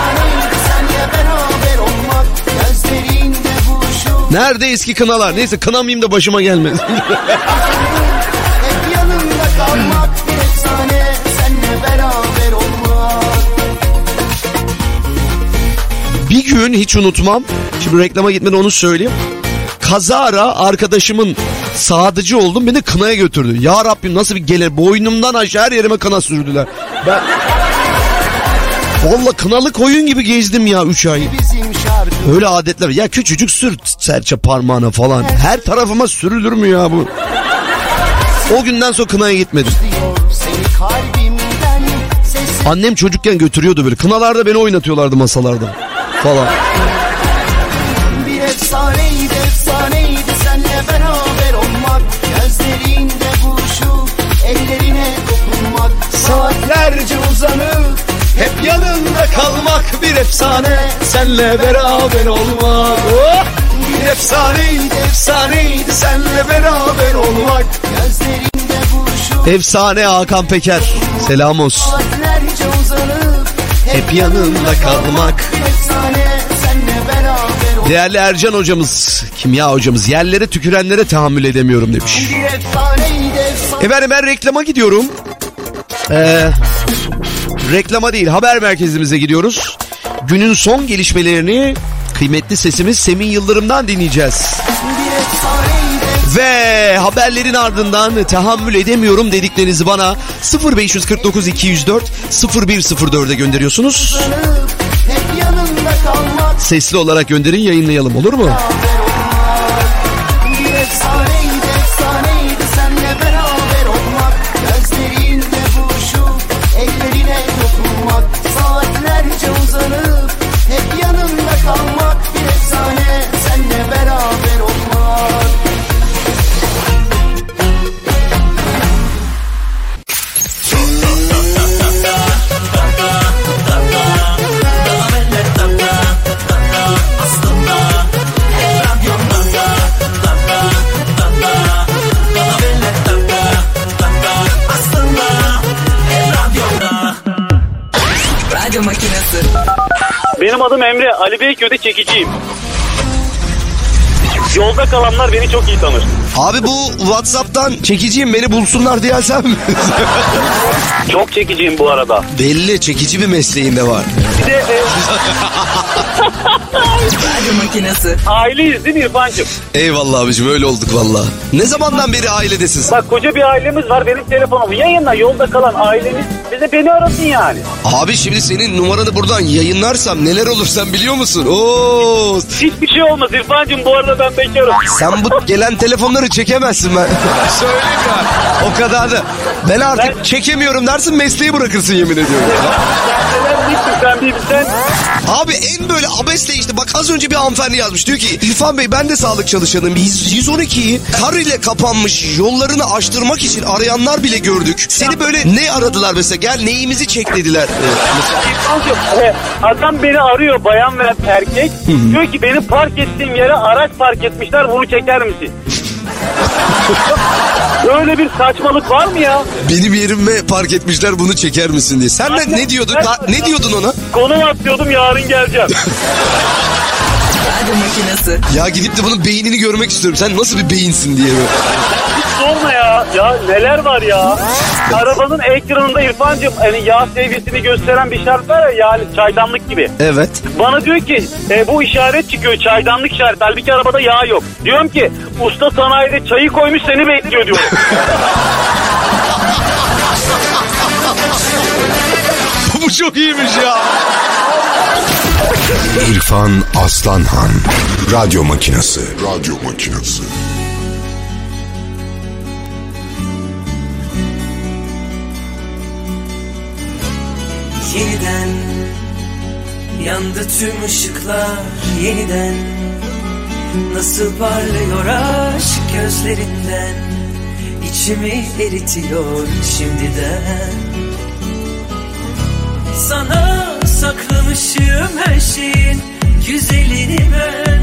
Nerede eski kınalar? Neyse kınamayayım da başıma gelmez. Bir gün hiç unutmam. Şimdi reklama gitmeden onu söyleyeyim. Kazara arkadaşımın sadıcı oldum. Beni kınaya götürdü. Ya Rabbim nasıl bir gelir. Boynumdan aşağı her yerime kına sürdüler. Ben... Vallahi kınalık oyun gibi gezdim ya 3 ay. Öyle adetler. Ya küçücük sür serçe parmağına falan. Her tarafıma sürülür mü ya bu? O günden sonra kınaya gitmedim. Annem çocukken götürüyordu böyle. Kınalarda beni oynatıyorlardı masalarda falan. Bir efsaneydi efsaneydi senle beraber olmak. Gözlerinde buluşup ellerine dokunmak. Saatlerce uzanıp hep yanında kalmak. Bir efsane senle beraber olmak. Oh! Bir efsaneydi efsaneydi senle beraber olmak. Gözlerinde buluşup efsane Hakan Peker. Selam olsun. saatlerce uzanıp hep yanında kalmak. Değerli Ercan hocamız, kimya hocamız, yerlere tükürenlere tahammül edemiyorum demiş. Efendim ben reklama gidiyorum. Reklama değil, haber merkezimize gidiyoruz. Günün son gelişmelerini kıymetli sesimiz Semih Yıldırım'dan dinleyeceğiz. Ve haberlerin ardından tahammül edemiyorum dediklerinizi bana 0549 204 0104'e gönderiyorsunuz. Sesli olarak gönderin, yayınlayalım, olur mu? Bir efsaneydi efsaneydi senle beraber olmak. Gözlerinde buluşup ellerine dokunmak. Saatlerce uzanıp hep yanında kalmak. Bir efsane senle beraber olmak. Radyo Makinesi. Benim adım Emre. Ali Beyköy'de çekiciyim. Yolda kalanlar beni çok iyi tanır. Abi bu WhatsApp'tan çekiciyim beni bulsunlar diyesem. Çok çekiciyim bu arada. Belli, çekici bir mesleğinde var. Bir de Radyo Makinesi. Aileyiz değil mi İrfancığım? Eyvallah abicim, öyle olduk valla. Ne zamandan beri ailedesin? Bak koca bir ailemiz var, benim telefonumu yayınla, yolda kalan ailemiz bize beni arasın yani. Abi şimdi senin numaranı buradan yayınlarsam neler olur sen biliyor musun? Oo. Hiçbir şey olmaz İrfancığım, bu arada ben bekarım. Sen bu gelen telefonları çekemezsin ben. Söyleyeyim ya. O kadar da. Ben artık çekemiyorum dersin, mesleği bırakırsın yemin ediyorum. Sen. Abi en böyle abesle işte, bak az önce bir hanımefendi yazmış. Diyor ki İrfan Bey, ben de sağlık çalışanıyım. 112'yi kar ile kapanmış yollarını açtırmak için arayanlar bile gördük. Seni böyle ne aradılar mesela? Gel neyimizi çek dediler. İrfancığım, adam beni arıyor, bayan ve erkek. Diyor ki benim park ettiğim yere araç park etmişler, bunu çeker misin? Böyle bir saçmalık var mı ya? Benim yerime park etmişler, bunu çeker misin diye. Sen de ne diyordun? Ne diyordun ona? Konum atıyordum, yarın geleceğim. Radyo Makinesi. Ya gidip de bunun beynini görmek istiyorum. Sen nasıl bir beyinsin diye. Hiç sorma ya. Ya neler var ya. Arabanın ekranında İrfancığım hani yağ seviyesini gösteren bir işaret var ya, yani çaydanlık gibi. Evet. Bana diyor ki bu işaret çıkıyor, çaydanlık işaret. Halbuki arabada yağ yok. Diyorum ki usta sanayide çayı koymuş, seni bekliyor diyorum. Bu çok iyiymiş ya. İrfan Aslanhan. Radyo Makinesi. Radyo Makinesi. Yeniden yandı tüm ışıklar, yeniden nasıl parlıyor aşk gözlerinden, içimi eritiyor şimdiden. Sana saklamışım her şeyin güzelini ben.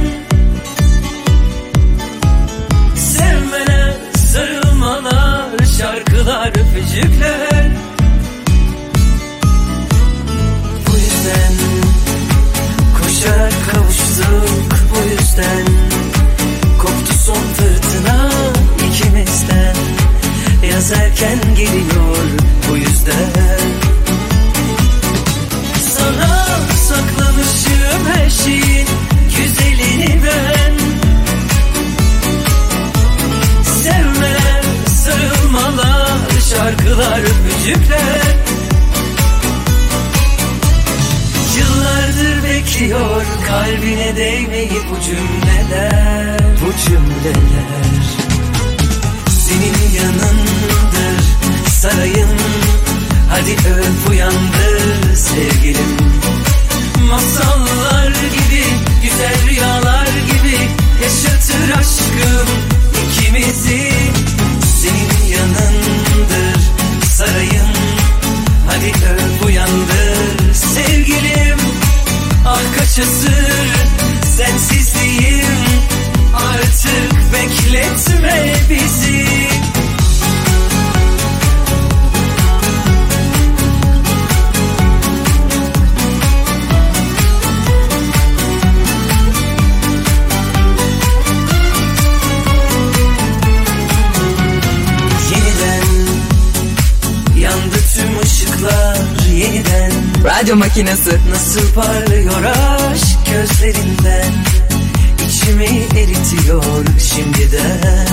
Sevmeler, sarılmalar, şarkılar, öpücükler. Bu yüzden koşarak kavuştuk, bu yüzden koptu son fırtına ikimizden. Yaz erken geliyor bu yüzden. Sana saklamışım her şeyin güzelini ben. Sevmeler, sarılmalar, şarkılar, öpücükler. Yıllardır bekliyor kalbine değmeyi bu cümleler, bu cümleler. Senin yanındır sarayın, hadi öp uyandır sevgilim. Masallar gibi, güzel rüyalar gibi yaşatır aşkım ikimizi. Senin yanındır sarayın, hadi öp uyandır sevgilim. Ah kaç asır sensizliğim, artık bekletme bizi. Yeniden Radyo Makinesi. Nasıl parlıyor aşk gözlerinden, içimi eritiyor şimdiden.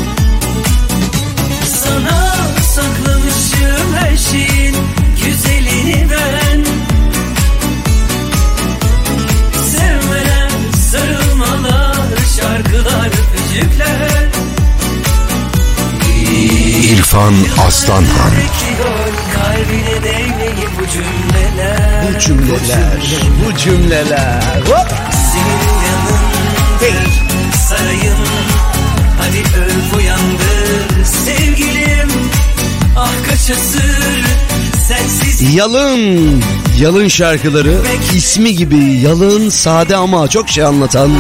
Sana saklamışım her şeyin güzelini ben. Sevmeler, sarılmalar, şarkılar, öpücükler. İrfan Aslanhan. Kalbine değmeyi bu cümleler, bu cümleler, bu cümleler. Senin yanındır sarayın, hadi öp uyandır sevgilim. Ah kaç asır sensiz. Yalın şarkıları, ismi gibi yalın, sade ama çok şey anlatan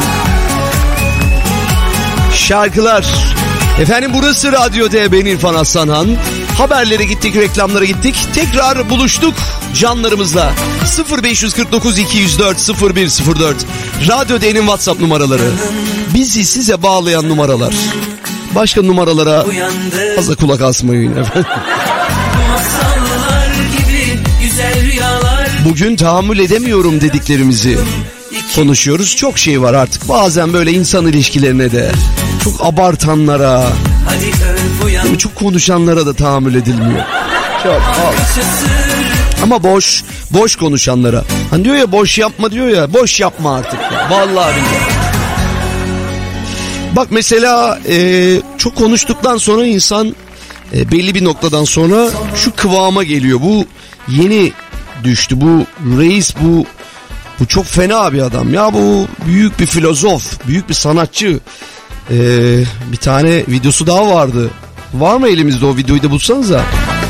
şarkılar. Efendim burası Radyo D, ben İrfan Aslanhan. Haberlere gittik, reklamlara gittik. Tekrar buluştuk canlarımızla. 0549 204 0104. Radyo D'nin WhatsApp numaraları. Bizi size bağlayan numaralar. Başka numaralara fazla kulak asmayın efendim. Masallar gibi güzel rüyalar. Bugün tahammül edemiyorum dediklerimizi konuşuyoruz. Çok şey var artık. Bazen böyle insan ilişkilerine de çok abartanlara, çok konuşanlara da tahammül edilmiyor. Çok ama boş konuşanlara. Hani diyor ya boş yapma diyor ya. Boş yapma artık ya. Vallahi billahi. Bak mesela çok konuştuktan sonra insan belli bir noktadan sonra şu kıvama geliyor. Bu yeni düştü. Bu reis bu çok fena bir adam. Ya bu büyük bir filozof, büyük bir sanatçı. Bir tane videosu daha vardı. Var mı elimizde o videoyu da bulsanıza.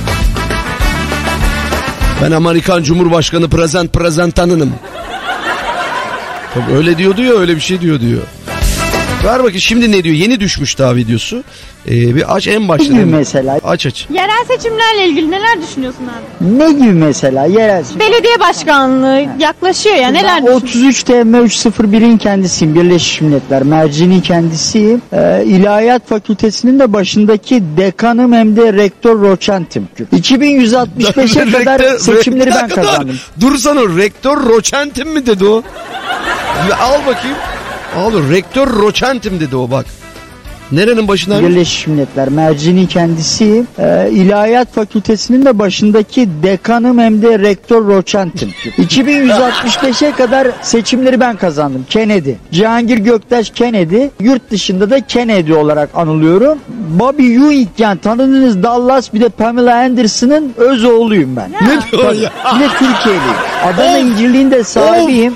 Ben Amerikan Cumhurbaşkanı prezentanınım. Tabii öyle diyordu ya, öyle bir şey diyor. Ver bakayım şimdi ne diyor? Yeni düşmüş daha videosu. Bir aç en başta. Ne gibi mesela? Aç. Yerel seçimlerle ilgili neler düşünüyorsun abi? Ne gibi mesela yerel seçim? Belediye başkanlığı yaklaşıyor ya, neler düşünüyorsun? 33 TM 301'in kendisiyim. Birleşmiş Milletler mercinin kendisiyim. İlahiyat Fakültesinin de başındaki dekanım hem de rektör roçentim. 2165'e kadar seçimleri ben kazandım. Dursana, rektör roçentim mi dedi o? Al bakayım. Al, rektör roçentim dedi o, bak. Nerenin başına? Birleşmiş Milletler mercinin kendisiyim. İlahiyat Fakültesinin de başındaki dekanım hem de rektör roçentim. 2165'e kadar seçimleri ben kazandım. Kennedy. Cihangir Göktaş Kennedy. Yurt dışında da Kennedy olarak anılıyorum. Bobby Ewing, yani tanıdığınız Dallas, bir de Pamela Anderson'ın öz oğluyum ben. Ne diyor ya? Bir de Türkiye'liyim. Adana İncirliğin de sahibiyim.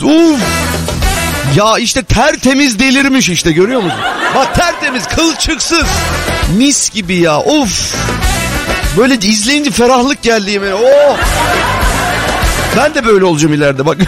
Ya işte tertemiz delirmiş işte, görüyor musun? Bak tertemiz, kılçıksız. Mis gibi ya, of. Böyle izleyince ferahlık geldi yemeğe. Oh. Ben de böyle olacağım ileride bak.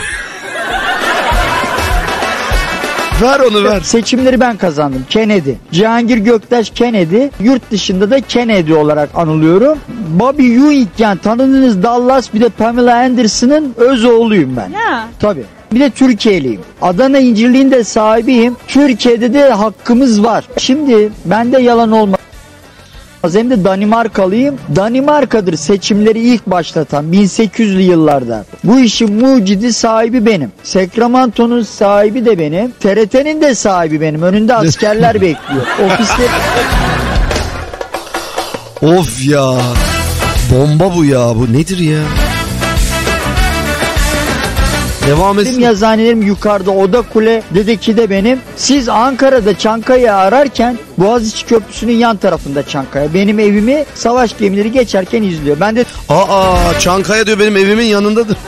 Ver onu ver. Seçimleri ben kazandım. Kennedy. Cihangir Göktaş Kennedy. Yurt dışında da Kennedy olarak anılıyorum. Bobby Ewing, yani tanıdığınız Dallas, bir de Pamela Anderson'ın öz oğluyum ben. Ya. Tabii. Bir de Türkiye'liyim. Adana İncirliğin de sahibiyim. Türkiye'de de hakkımız var. Şimdi bende yalan olmaz. Hem de Danimarkalıyım. Danimarka'dır seçimleri ilk başlatan 1800'lü yıllarda. Bu işin mucidi sahibi benim. Sacramento'nun sahibi de benim. TRT'nin de sahibi benim. Önünde askerler bekliyor. Ofisler... Of ya. Bomba bu ya. Bu nedir ya? Devam etsin. Yazıhanelerim yukarıda, Oda Kule'deki de benim. Siz Ankara'da Çankaya'yı ararken Boğaziçi Köprüsü'nün yan tarafında Çankaya. Benim evimi savaş gemileri geçerken izliyor. Ben de... Çankaya diyor, benim evimin yanındadır.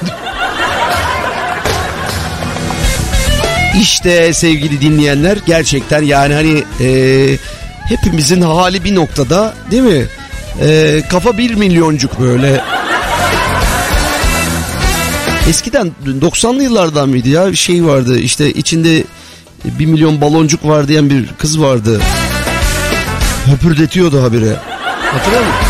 İşte sevgili dinleyenler, gerçekten yani hani hepimizin hali bir noktada, değil mi? Kafa 1 milyoncuk böyle. Eskiden 90'lı yıllardan mıydı ya, bir şey vardı işte, içinde 1 milyon baloncuk var diyen bir kız vardı. Höpürdetiyordu habire. Hatırlıyor musun?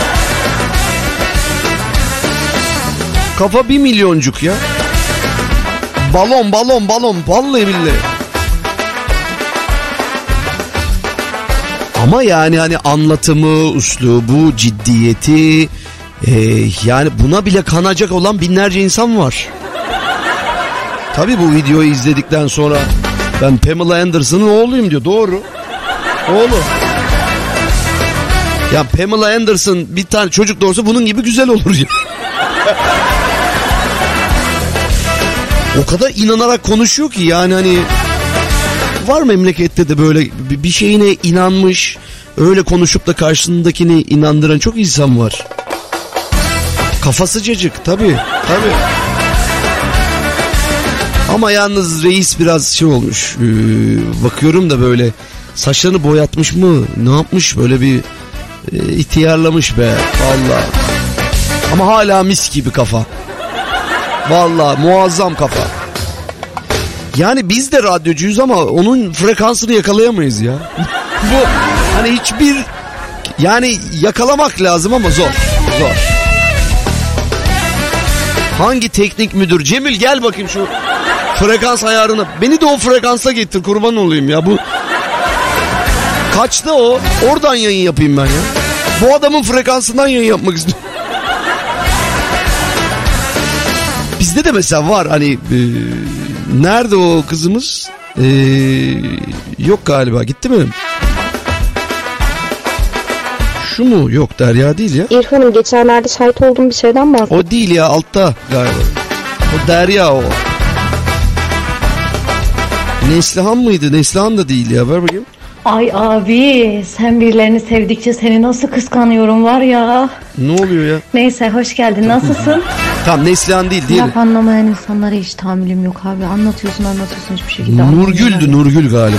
Kafa 1 milyoncuk ya. Balon vallahi billahi. Ama yani hani anlatımı, üslubu, ciddiyeti, yani buna bile kanacak olan binlerce insan var. Tabii bu videoyu izledikten sonra ben Pamela Anderson'ın oğluyum diyor. Doğru. Oğlu. Ya Pamela Anderson bir tane çocuk doğursa bunun gibi güzel olur ya. O kadar inanarak konuşuyor ki, yani hani var memlekette de böyle bir şeyine inanmış, öyle konuşup da karşısındakini inandıran çok insan var. Kafası cacık tabii. Ama yalnız reis biraz şey olmuş. Bakıyorum da böyle saçlarını boyatmış mı? Ne yapmış? Böyle bir ihtiyarlamış be. Vallahi. Ama hala mis gibi kafa. Vallahi muazzam kafa. Yani biz de radyocuyuz ama onun frekansını yakalayamayız ya. Bu hani hiçbir, yani yakalamak lazım ama zor. Hangi teknik müdür? Cemil gel bakayım şu frekans ayarına. Beni de o frekansa getir, kurban olayım ya. Bu kaçta o? Oradan yayın yapayım ben ya. Bu adamın frekansından yayın yapmak istiyorum. bizde de mesela var hani nerede o kızımız? Yok galiba, gitti mi? Şu mu? Yok, Derya değil ya. İrfan'ım geçenlerde şahit olduğum bir şeyden bahsettim. O değil ya, altta galiba. O Derya o. Neslihan mıydı? Neslihan da değil ya, ver bakayım. Ay abi, sen birilerini sevdikçe seni nasıl kıskanıyorum var ya. Ne oluyor ya? Neyse, hoş geldin, nasılsın? Tamam, Neslihan değil diyelim. Laf anlamayan insanlara hiç tahammülüm yok abi. Anlatıyorsun hiçbir şekilde. Nurgül'dü, Nurgül galiba.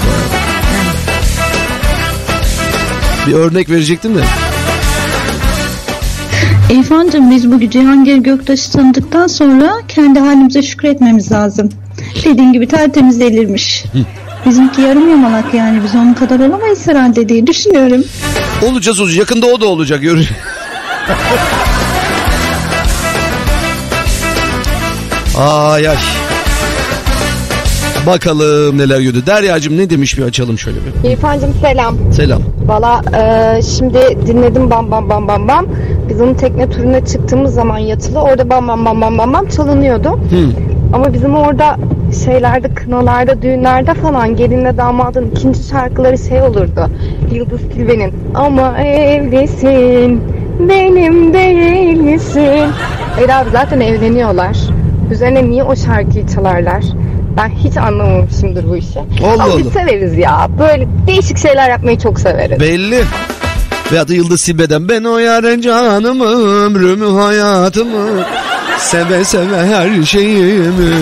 Bir örnek verecektim de. İrfancığım, biz bu Cihangir Göktaş'ı tanıdıktan sonra kendi halimize şükretmemiz lazım. Dediğin gibi tertemiz delirmiş. Bizimki yarım yamalak yani, biz onun kadar olamayız herhalde diye düşünüyorum. Olacağız, yakında o da olacak. Ay. Bakalım neler gördü. Derya'cığım ne demiş, bir açalım şöyle bir. İrfancığım selam. Selam. Valla şimdi dinledim bam bam bam bam bam. Biz onun tekne turuna çıktığımız zaman yatılı orada bam bam bam bam bam bam çalınıyordu. Ama bizim orada şeylerde, kınalarda, düğünlerde falan gelinle damadın ikinci şarkıları olurdu. Yıldız Tilbe'nin ama evlisin benim değil misin? Hayır abi, zaten evleniyorlar. Üzerine niye o şarkıyı çalarlar? Ben hiç anlamamışımdır bu işi. Ama biz severiz ya. Böyle değişik şeyler yapmayı çok severiz. Belli. Veyahut da Yıldız Tilbe'den ben o yarın canımı, ömrümü, hayatımı, seve seve her şeyimi.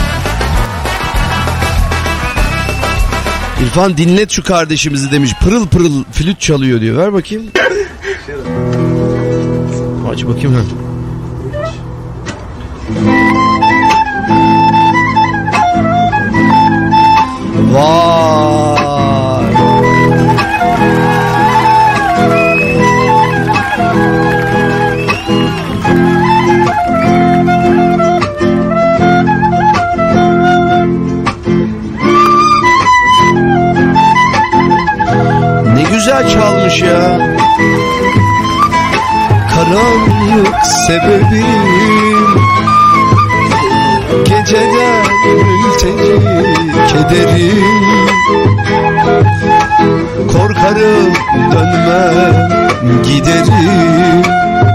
İrfan dinlet şu kardeşimizi demiş. Pırıl pırıl flüt çalıyor diyor. Ver bakayım. Aç bakayım. Vay. Ne güzel çalmış ya. Karanlık sebebim, geceden mülteci kederim, korkarım dönmem giderim,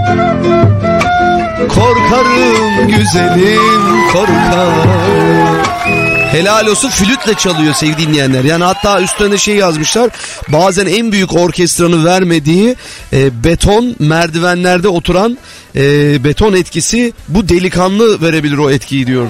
korkarım güzelim, korkarım. Helal olsun, flütle çalıyor sevgili dinleyenler. Yani hatta üstüne yazmışlar. Bazen en büyük orkestranın vermediği beton merdivenlerde oturan beton etkisi, bu delikanlı verebilir o etkiyi diyor.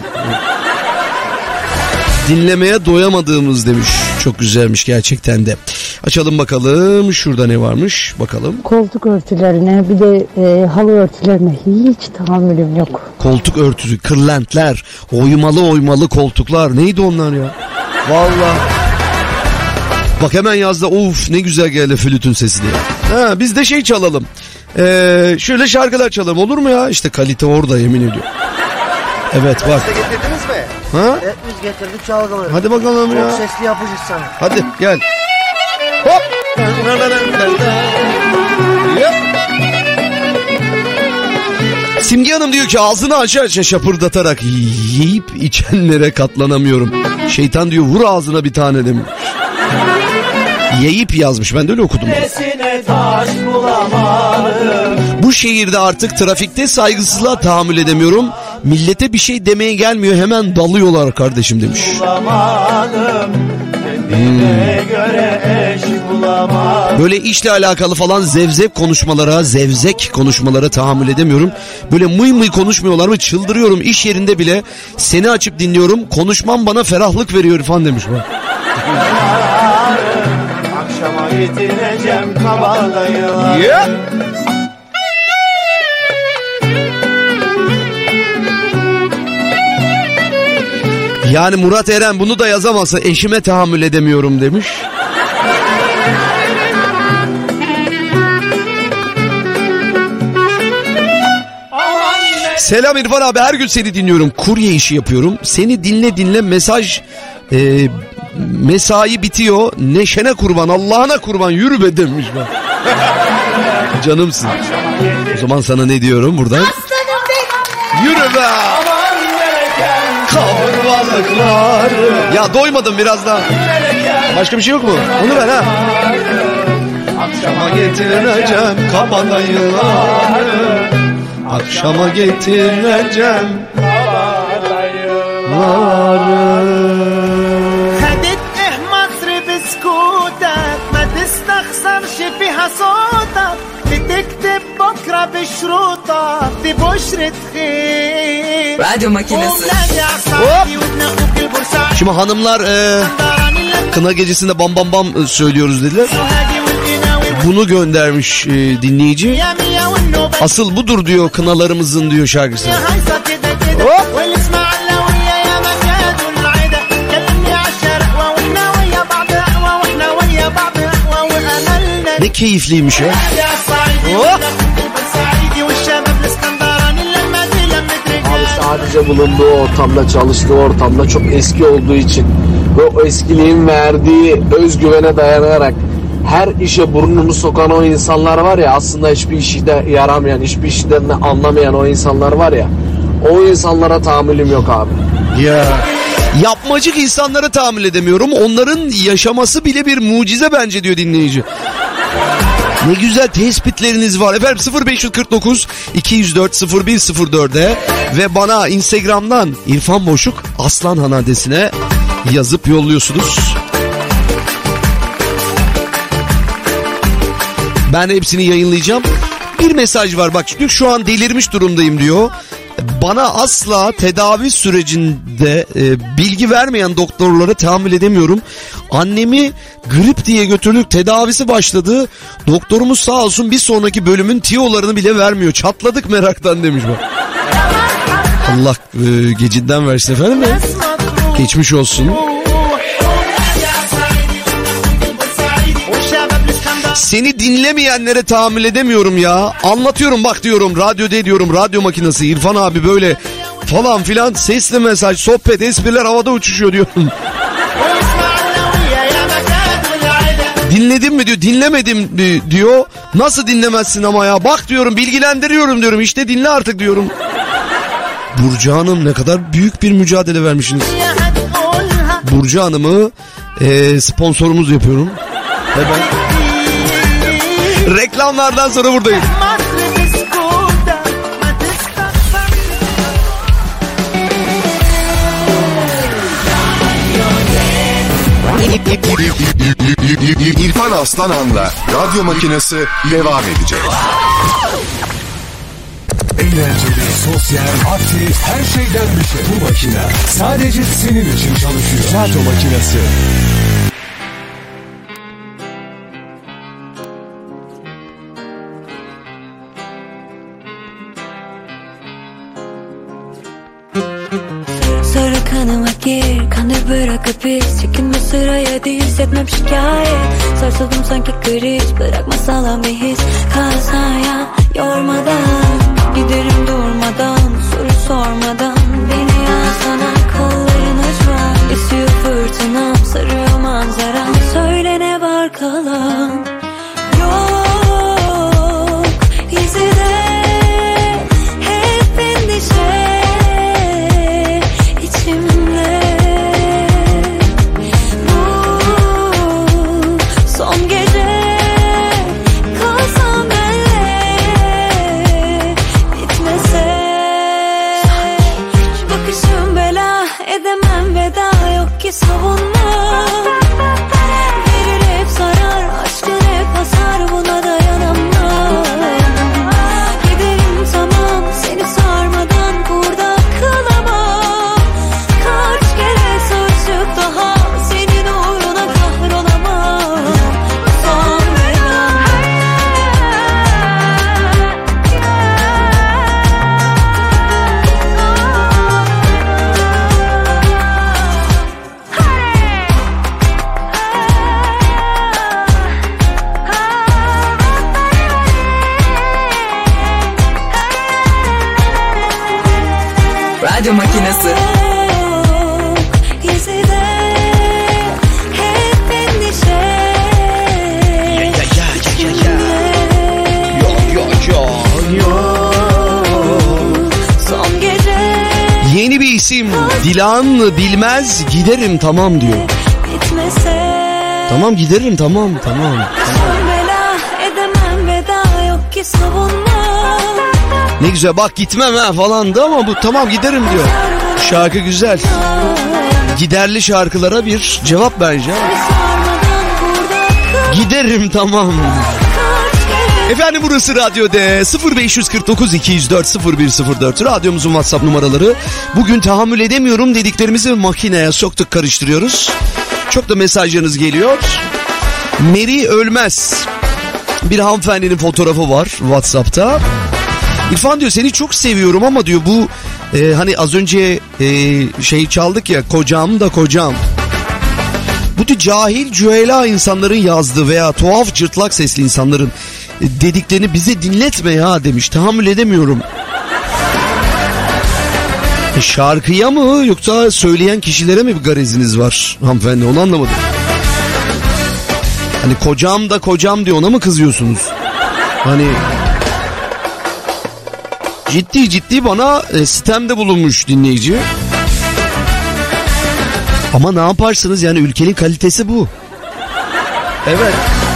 Dinlemeye doyamadığımız demiş. Çok güzelmiş gerçekten de. Açalım bakalım, şurada ne varmış bakalım. Koltuk örtülerine bir de halı örtülerine hiç tahammülüm yok. Koltuk örtüsü, kırlentler, oymalı koltuklar, neydi onlar ya? Vallahi. Bak hemen yazdı, of ne güzel geldi flütün sesi diye. Ha, biz de çalalım. Şöyle şarkılar çalalım, olur mu ya? İşte kalite orada, yemin ediyorum. Evet bak. Siz de getirdiniz mi? Ha? Evet, biz getirdik çalgıları. Hadi bakalım ya. Çok sesli yapacağız sana. Hadi gel. Hop. Simge Hanım diyor ki ağzını aç şapırdatarak yiyip içenlere katlanamıyorum. Şeytan diyor vur ağzına bir tane demiş. Yiyip yazmış, ben de öyle okudum. Bu şehirde artık trafikte saygısızlığa tahammül edemiyorum. Millete bir şey demeye gelmiyor, hemen dalıyorlar kardeşim demiş. Böyle işle alakalı falan zevzek konuşmalara tahammül edemiyorum. Böyle mıy konuşmuyorlar mı çıldırıyorum. İş yerinde bile seni açıp dinliyorum. Konuşmam bana ferahlık veriyor falan demiş. Akşama getireceğim kabadayılar. Yeah. Yani Murat Eren bunu da yazamazsa eşime tahammül edemiyorum demiş. Selam İrfan abi, her gün seni dinliyorum. Kurye işi yapıyorum. Seni dinle mesai bitiyor. Neşene kurban, Allah'ına kurban, yürü be demiş bak. Canımsın. O zaman sana ne diyorum buradan? Yürü be. Kavurmalıklar. Ya doymadım biraz daha. Başka bir şey yok mu? Onu ver ha. Akşama getireceğim kabadayıları. Akşama getireceğim kabadayıları. خدتني مصر بسكوتك ما تستخسرش فيها صوتك بتكتب بكرة بشروطك دي بشرة خير Radyo makinesi. Şimdi hanımlar kına gecesinde bam bam bam söylüyoruz dediler. Bunu göndermiş dinleyici. Asıl budur diyor kınalarımızın diyor şarkısı. Hop. Ne keyifliymiş ya. Oh! Abi sadece bulunduğu ortamda, çalıştığı ortamda çok eski olduğu için ve o eskiliğin verdiği özgüvene dayanarak her işe burnunu sokan o insanlar var ya, aslında hiçbir işe yaramayan, hiçbir işten anlamayan o insanlar var ya, o insanlara tahammülüm yok abi. Ya yapmacık insanlara tahammül edemiyorum. Onların yaşaması bile bir mucize bence diyor dinleyici. Ne güzel tespitleriniz var. Efendim 0549 204 0104'e ve bana Instagram'dan İrfan Boşuk Aslanhan adresine yazıp yolluyorsunuz. Ben hepsini yayınlayacağım. Bir mesaj var bak, çünkü şu an delirmiş durumdayım diyor. Bana asla tedavi sürecinde bilgi vermeyen doktorlara tahammül edemiyorum. Annemi grip diye götürdük, tedavisi başladı. Doktorumuz sağ olsun bir sonraki bölümün tiyolarını bile vermiyor. Çatladık meraktan demiş bak. Allah gecinden versin efendim de. Geçmiş olsun. Seni dinlemeyenlere tahammül edemiyorum ya. Anlatıyorum bak diyorum, radyoda diyorum, radyo makinesi İrfan abi böyle falan filan, sesli mesaj, sohbet, espriler havada uçuşuyor diyorum. Dinledin mi diyor, dinlemedim diyor. Nasıl dinlemezsin ama ya, bak diyorum, bilgilendiriyorum diyorum, işte dinle artık diyorum. Burcu Hanım, ne kadar büyük bir mücadele vermişsiniz. Burcu Hanım'ı sponsorumuz yapıyorum. Evet. Reklamlardan sonra buradayım. İrfan Aslanhan'la radyo makinesi devam edecek. Eğlenceli, sosyal, aktif, her şeyden bir şey. Bu makine sadece senin için çalışıyor. Radyo makinesi. Sarı kanıma gir, kanır bırakıp iz. Çekinme sıraya değil, hissetmem şikayet. Sarsıldım sanki kriz, bırakma sağlam bir his. Kalsan ya, yormadan giderim durmadan, soru sormadan. Beni yazsana, kolların acılar. Esiyor fırtınam, sarıyor manzaram. Söyle ne var kalan? Yok, izi de hep endişe. Son gece kalsam benle bitmese. Şu bakışım bela, edemem veda, yok ki savunma. Verir hep zarar, aşkın hep hasar, buna dayanamam. Giderim tamam, seni sarmadan burada kalamam. Kaç kere sözcük daha, senin uğruna kahrolamam. Son veda. Dilan Bilmez giderim tamam diyor. Tamam giderim tamam. Ne güzel bak gitmem ha falandı ama bu tamam giderim diyor. Şarkı güzel. Giderli şarkılara bir cevap bence. Giderim tamam. Efendim burası Radyo D 0549 204 0104 radyomuzun WhatsApp numaraları. Bugün tahammül edemiyorum dediklerimizi makineye soktuk, karıştırıyoruz. Çok da mesajlarınız geliyor. Meri Ölmez, bir hanımefendinin fotoğrafı var WhatsApp'ta. İrfan diyor seni çok seviyorum ama diyor bu hani az önce şey çaldık ya, kocam da kocam. Bu diyor cahil cühela insanların yazdığı veya tuhaf cırtlak sesli insanların dediklerini bize dinletme ya demiş. Tahammül edemiyorum. Şarkıya mı yoksa söyleyen kişilere mi bir gareziniz var hanımefendi, onu anlamadım. Hani kocam da kocam diyor, ona mı kızıyorsunuz? Hani ciddi bana sitemde bulunmuş dinleyici. Ama ne yaparsınız yani, ülkenin kalitesi bu. Evet.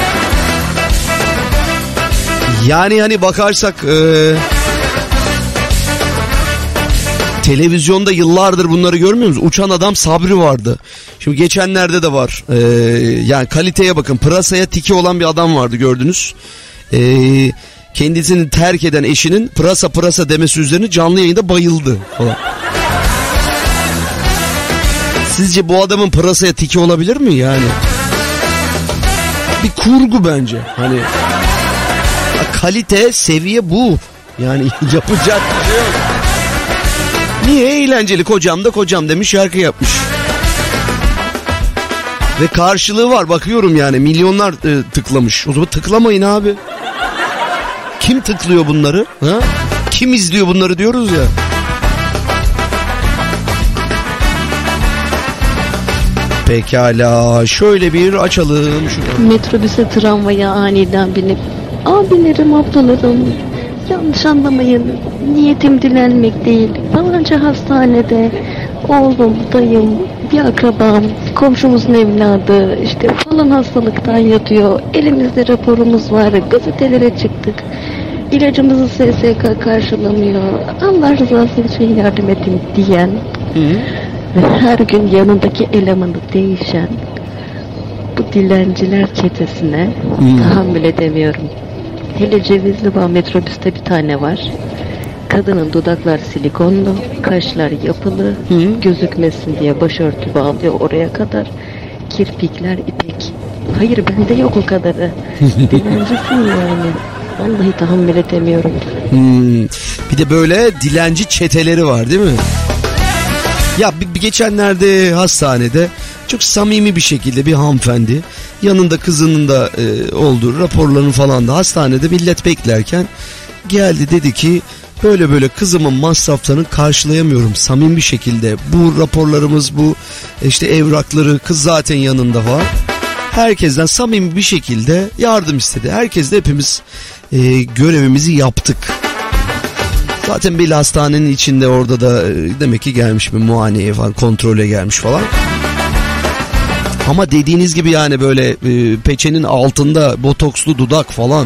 Yani hani bakarsak televizyonda yıllardır bunları görmüyor musunuz? Uçan Adam Sabri vardı. Şimdi geçenlerde de var. Yani kaliteye bakın. Pırasaya tiki olan bir adam vardı, gördünüz. Kendisini terk eden eşinin pırasa demesi üzerine canlı yayında bayıldı falan. Sizce bu adamın pırasaya tiki olabilir mi yani? Bir kurgu bence. Hani kalite, seviye bu. Yani yapacak bir şey yok. Niye? Eğlenceli, kocam da kocam demiş, şarkı yapmış. Ve karşılığı var, bakıyorum yani milyonlar tıklamış. O zaman tıklamayın abi. Kim tıklıyor bunları? Ha? Kim izliyor bunları diyoruz ya. Pekala, şöyle bir açalım şunu. Metrobüse, tramvaya aniden binip abilerim, ablalarım, yanlış anlamayın, niyetim dilenmek değil, falanca hastanede oğlum, dayım, bir akrabam, komşumuzun evladı işte falan hastalıktan yatıyor, elimizde raporumuz var, gazetelere çıktık, ilacımızı SSK karşılamıyor, Allah rızası için yardım edin diyen ve her gün yanındaki elemanı değişen bu dilenciler çetesine tahammül edemiyorum. Hele Cevizli Bağ metrobüste bir tane var. Kadının dudaklar silikonlu, kaşlar yapılı, gözükmesin diye başörtü bağlıyor oraya kadar. Kirpikler ipek. Hayır, bende yok o kadarı. Dilencisin yani. Vallahi tahammül edemiyorum. Bir de böyle dilenci çeteleri var değil mi? Ya geçenlerde hastanede çok samimi bir şekilde bir hanımefendi, yanında kızının da olduğu, raporlarını falan da hastanede millet beklerken geldi, dedi ki böyle kızımın masraflarını karşılayamıyorum samimi bir şekilde, bu raporlarımız, bu işte evrakları, kız zaten yanında var. Herkesten samimi bir şekilde yardım istedi. Herkes de hepimiz görevimizi yaptık. Zaten bir hastanenin içinde, orada da demek ki gelmiş bir muayeneye falan, kontrole gelmiş falan. Ama dediğiniz gibi yani böyle peçenin altında botokslu dudak falan.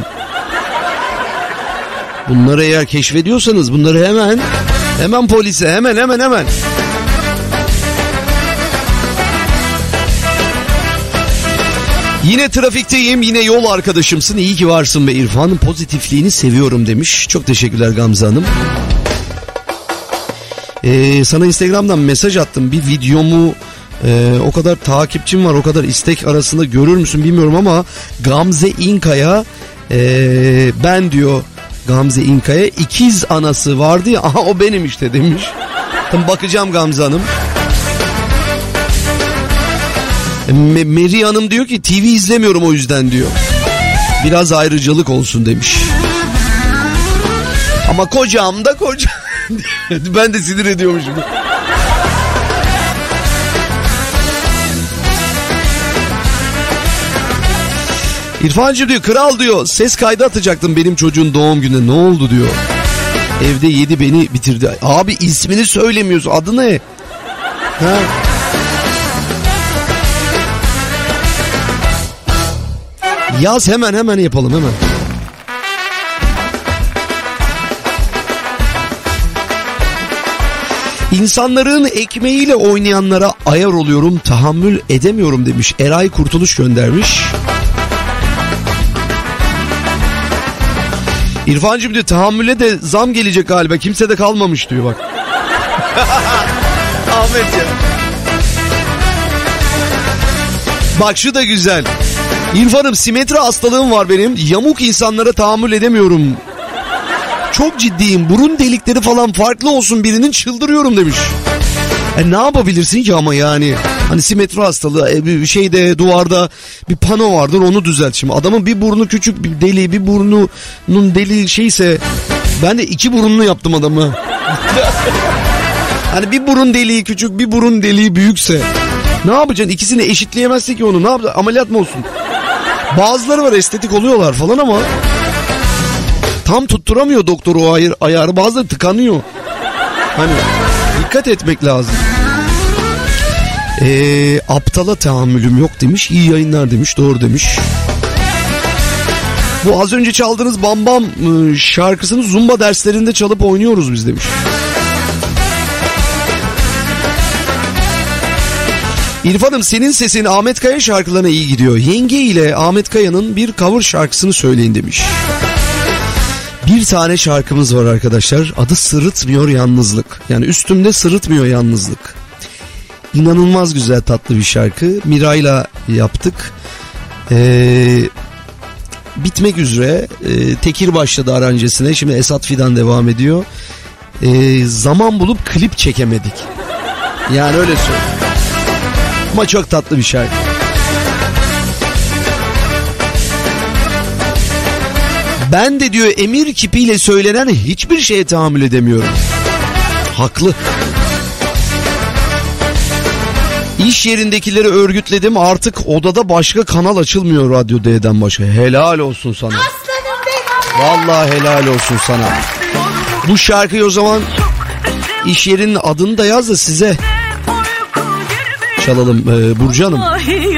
Bunları eğer keşfediyorsanız bunları hemen polise, hemen. Yine trafikteyim, yine yol arkadaşımsın, iyi ki varsın be İrfan'ın pozitifliğini seviyorum demiş. Çok teşekkürler Gamze Hanım. Sana Instagram'dan mesaj attım, bir videomu o kadar takipçim var, o kadar istek arasında görür müsün bilmiyorum ama Gamze İnkaya ben diyor, Gamze İnkaya ikiz anası vardı ya, aha o benim işte demiş. Tam bakacağım Gamze Hanım. Meri Hanım diyor ki TV izlemiyorum o yüzden diyor. Biraz ayrıcalık olsun demiş. Ama kocam da kocam. Ben de sinir ediyormuşum. İrfancığım diyor, kral diyor, ses kaydı atacaktım benim çocuğun doğum gününe, ne oldu diyor. Evde yedi beni bitirdi. Abi ismini söylemiyorsun, adı ne? Ha? Yaz hemen yapalım hemen. İnsanların ekmeğiyle oynayanlara ayar oluyorum, tahammül edemiyorum demiş. Eray Kurtuluş göndermiş. İrfancığım diyor tahammüle de zam gelecek galiba. Kimse de kalmamış diyor bak. Ahmet ya. Bak şu da güzel. İrfan'ım simetri hastalığım var benim. Yamuk insanlara tahammül edemiyorum. Çok ciddiyim. Burun delikleri falan farklı olsun birinin, çıldırıyorum demiş. Ne yapabilirsin ki ama yani. Hani simetri hastalığı bir şeyde duvarda bir pano vardır, onu düzelt şimdi. Adamın bir burnu küçük bir deli, bir burnunun deli şeyse ben de 2 burunlu yaptım adamı. Hani bir burun deliği küçük, bir burun deliği büyükse ne yapacaksın? İkisini eşitleyemezsin ki onu. Ne yapacaksın? Ameliyat mı olsun? Bazıları var estetik oluyorlar falan ama tam tutturamıyor doktor o ayarı. Bazıları tıkanıyor. Hani dikkat etmek lazım. Aptala tahammülüm yok demiş. İyi yayınlar demiş. Doğru demiş. Bu az önce çaldığınız Bam Bam şarkısını zumba derslerinde çalıp oynuyoruz biz demiş. İrfan'ım senin sesin Ahmet Kaya şarkılarına iyi gidiyor. Yenge ile Ahmet Kaya'nın bir cover şarkısını söyleyin demiş. Bir tane şarkımız var arkadaşlar. Adı Sırıtmıyor Yalnızlık. Yani üstümde sırıtmıyor yalnızlık. İnanılmaz güzel, tatlı bir şarkı. Miray'la yaptık. Bitmek üzere. Tekir başladı aranjesine. Şimdi Esat Fidan devam ediyor. Zaman bulup klip çekemedik. Yani öyle söyleyeyim. Ama çok tatlı bir şarkı. Ben de diyor emir kipiyle söylenen hiçbir şeye tahammül edemiyorum. Haklı. İş yerindekileri örgütledim, artık odada başka kanal açılmıyor Radyo D'den başka. Helal olsun sana. Vallahi helal olsun sana. Bu şarkıyı o zaman iş yerinin adını da yaz da size çalalım Burcu Hanım.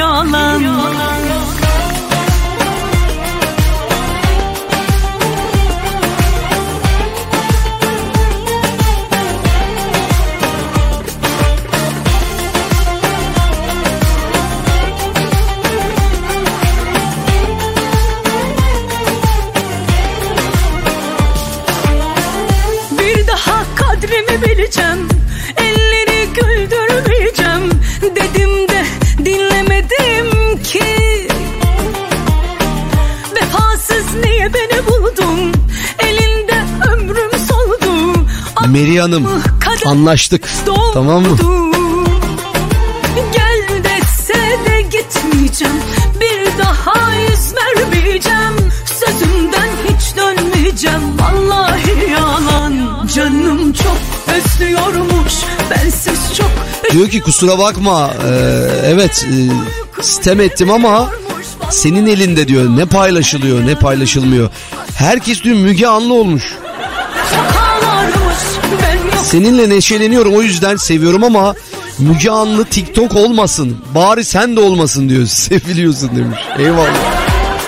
Bileceğim, elleri güldürmeyeceğim dedim de dinlemedim ki. Vefasız niye beni buldun, elinde ömrüm soldu. Meri Hanım anlaştık, tamam mı? Gel dese de gitmeyeceğim, bir daha yüz vermeyeceğim, sözümden hiç dönmeyeceğim. Vallahi yalan, canım çok özlüyormuş, bensiz çok. Diyor ki kusura bakma, evet sitem ettim ama senin elinde diyor, ne paylaşılıyor ne paylaşılmıyor. Herkes diyor Müge Anlı olmuş. Seninle neşeleniyorum, o yüzden seviyorum ama Müge Anlı TikTok olmasın, bari sen de olmasın diyor. Seviliyorsun demiş. Eyvallah.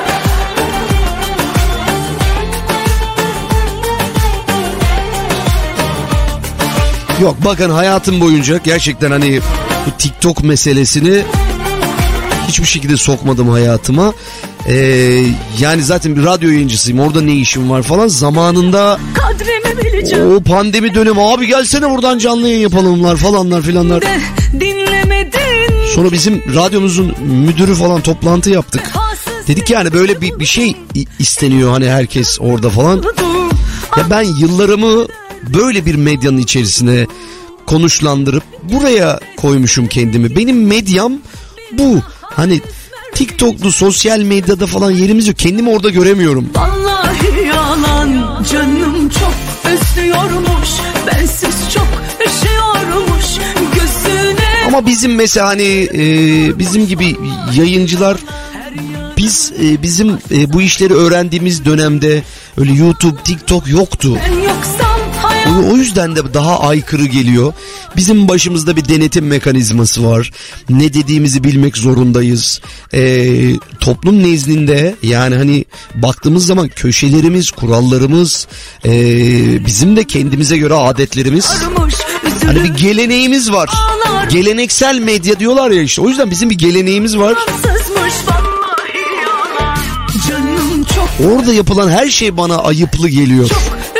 Yok bakın, hayatım boyunca gerçekten hani bu TikTok meselesini hiçbir şekilde sokmadım hayatıma. Yani zaten bir radyo yayıncısıyım, orada ne işim var falan. Zamanında o pandemi dönemi, abi gelsene buradan canlı yayın yapalımlar falanlar filanlar. Sonra bizim radyomuzun müdürü falan toplantı yaptık. Dedik yani böyle bir şey isteniyor hani, herkes orada falan. Ya ben yıllarımı böyle bir medyanın içerisine konuşlandırıp buraya koymuşum kendimi. Benim medyam bu. Hani TikTok'lu, sosyal medyada falan yerimiz yok. Kendimi orada göremiyorum. Vallahi yalan, canım çok özlüyormuş, bensiz çok üşüyormuş gözüne. Ama bizim mesela hani bizim gibi yayıncılar, biz bizim bu işleri öğrendiğimiz dönemde öyle YouTube, TikTok yoktu. O yüzden de daha aykırı geliyor. Bizim başımızda bir denetim mekanizması var. Ne dediğimizi bilmek zorundayız. Toplum nezdinde yani hani baktığımız zaman köşelerimiz, kurallarımız, bizim de kendimize göre adetlerimiz, hani bir geleneğimiz var. Geleneksel medya diyorlar ya işte. O yüzden bizim bir geleneğimiz var. Orada yapılan her şey bana ayıplı geliyor.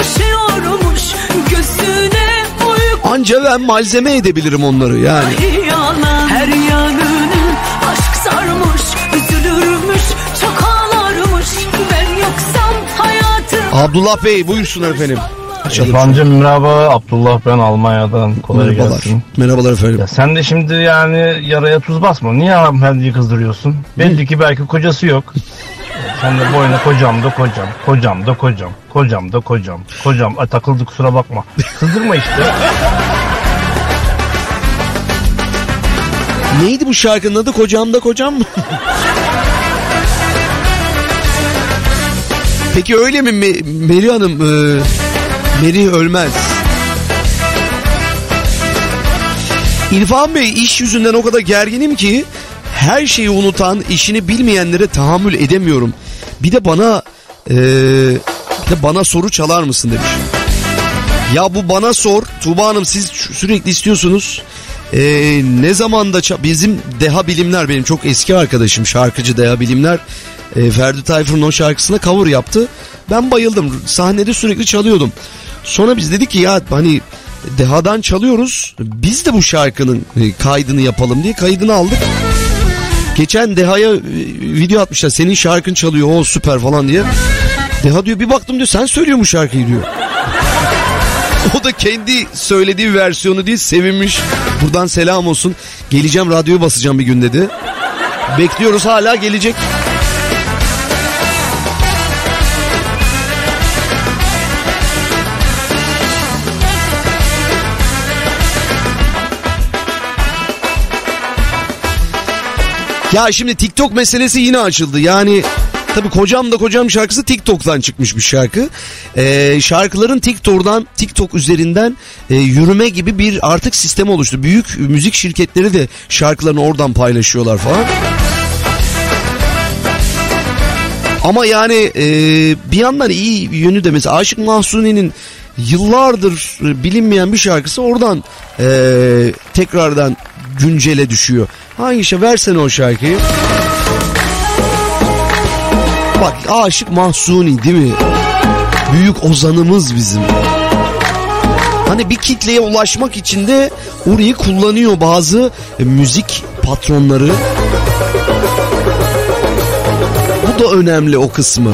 Anca ben malzeme edebilirim onları yani. Her yanını aşk sarmış, üzülürmüş, çok ağlarmış. Ben yoksam hayatım. Abdullah Bey buyursunlar efendim. İrfancığım merhaba, Abdullah ben Almanya'dan, kolay Merhabalar. gelsin. Merhabalar efendim. Ya sen de şimdi yani yaraya tuz basma, niye hanımefendiyi kızdırıyorsun? Belli ki belki kocası yok. Sen de boyuna kocam. Ay, takıldı kusura bakma. Kızdırma işte. Neydi bu şarkının adı? Kocam mı? Peki öyle mi Merih Hanım? Merih Ölmez. İrfan Bey, iş yüzünden o kadar gerginim ki her şeyi unutan, işini bilmeyenlere tahammül edemiyorum. Bir de bana soru çalar mısın demiş. Ya bu bana sor. Tuğba Hanım, siz sürekli istiyorsunuz. Ne zaman da bizim Deha Bilimler, benim çok eski arkadaşım, şarkıcı Deha Bilimler, Ferdi Tayfur'un o şarkısına cover yaptı. Ben bayıldım. Sahnede sürekli çalıyordum. Sonra biz dedik ki ya hani Deha'dan çalıyoruz, biz de bu şarkının kaydını yapalım diye kaydını aldık. Geçen Deha'ya video atmışlar, senin şarkın çalıyor, o süper falan diye. Deha diyor, bir baktım diyor, sen söylüyorsun bu şarkıyı diyor. O da kendi söylediği versiyonu değil, sevinmiş. Buradan selam olsun. Geleceğim, radyoyu basacağım bir gün dedi. Bekliyoruz, hala gelecek. Ya şimdi TikTok meselesi yine açıldı. Yani tabii Kocam şarkısı TikTok'tan çıkmış bir şarkı. Şarkıların TikTok üzerinden yürüme gibi bir artık sistem oluştu. Büyük müzik şirketleri de şarkılarını oradan paylaşıyorlar falan. Ama yani bir yandan iyi yönü de mesela Aşık Mahzuni'nin yıllardır bilinmeyen bir şarkısı oradan tekrardan güncele düşüyor. Hangi şey, versene o şarkıyı. Bak, Aşık Mahzuni değil mi? Büyük ozanımız bizim. Hani bir kitleye ulaşmak için de orayı kullanıyor bazı müzik patronları. Bu da önemli, o kısmı.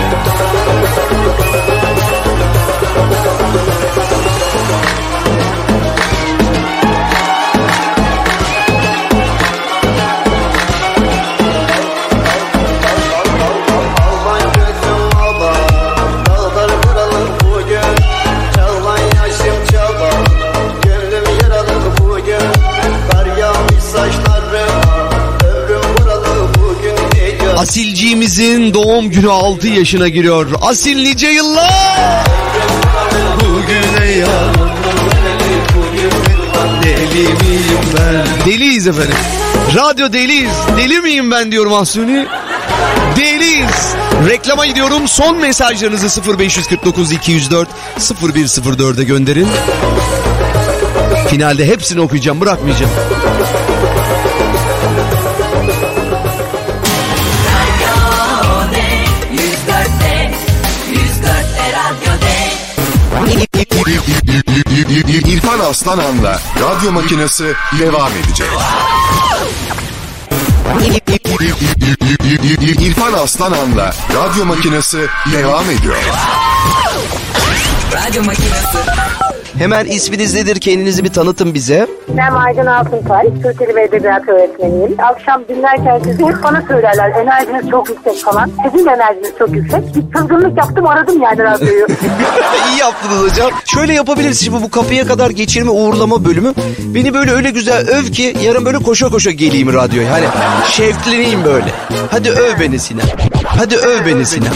Asilciğimizin doğum günü 6 yaşına giriyor. Asil nice yıllar. Bugüne ya. Deli miyim ben? Deliyiz efendim. Radyo deliyiz. Deli miyim ben diyorum Mahsuni. Deliyiz. Reklama gidiyorum. Son mesajlarınızı 0549 204 0104'e gönderin. Finalde hepsini okuyacağım, bırakmayacağım. İrfan Aslanan'la Radyo Makinesi devam edecek. İrfan Aslanan'la Radyo Makinesi devam ediyor. Radyo Makinesi. Hemen isminiz nedir? Kendinizi bir tanıtın bize. Ben Aydın Altıntay, Türk Dili ve Edebiyatı öğretmeniyim. Akşam dinlerken sizi hep bana söylerler, enerjiniz çok yüksek falan. Sizin de enerjiniz çok yüksek. Bir çılgınlık yaptım, aradım yani radyoyu. İyi yaptınız hocam. Şöyle yapabiliriz şimdi, bu kapıya kadar geçirme uğurlama bölümü. Beni böyle öyle güzel öv ki yarın böyle koşa koşa geleyim radyoya. Hani şevkleneyim böyle. Hadi öv beni Sinem. Hadi öv beni Sinem.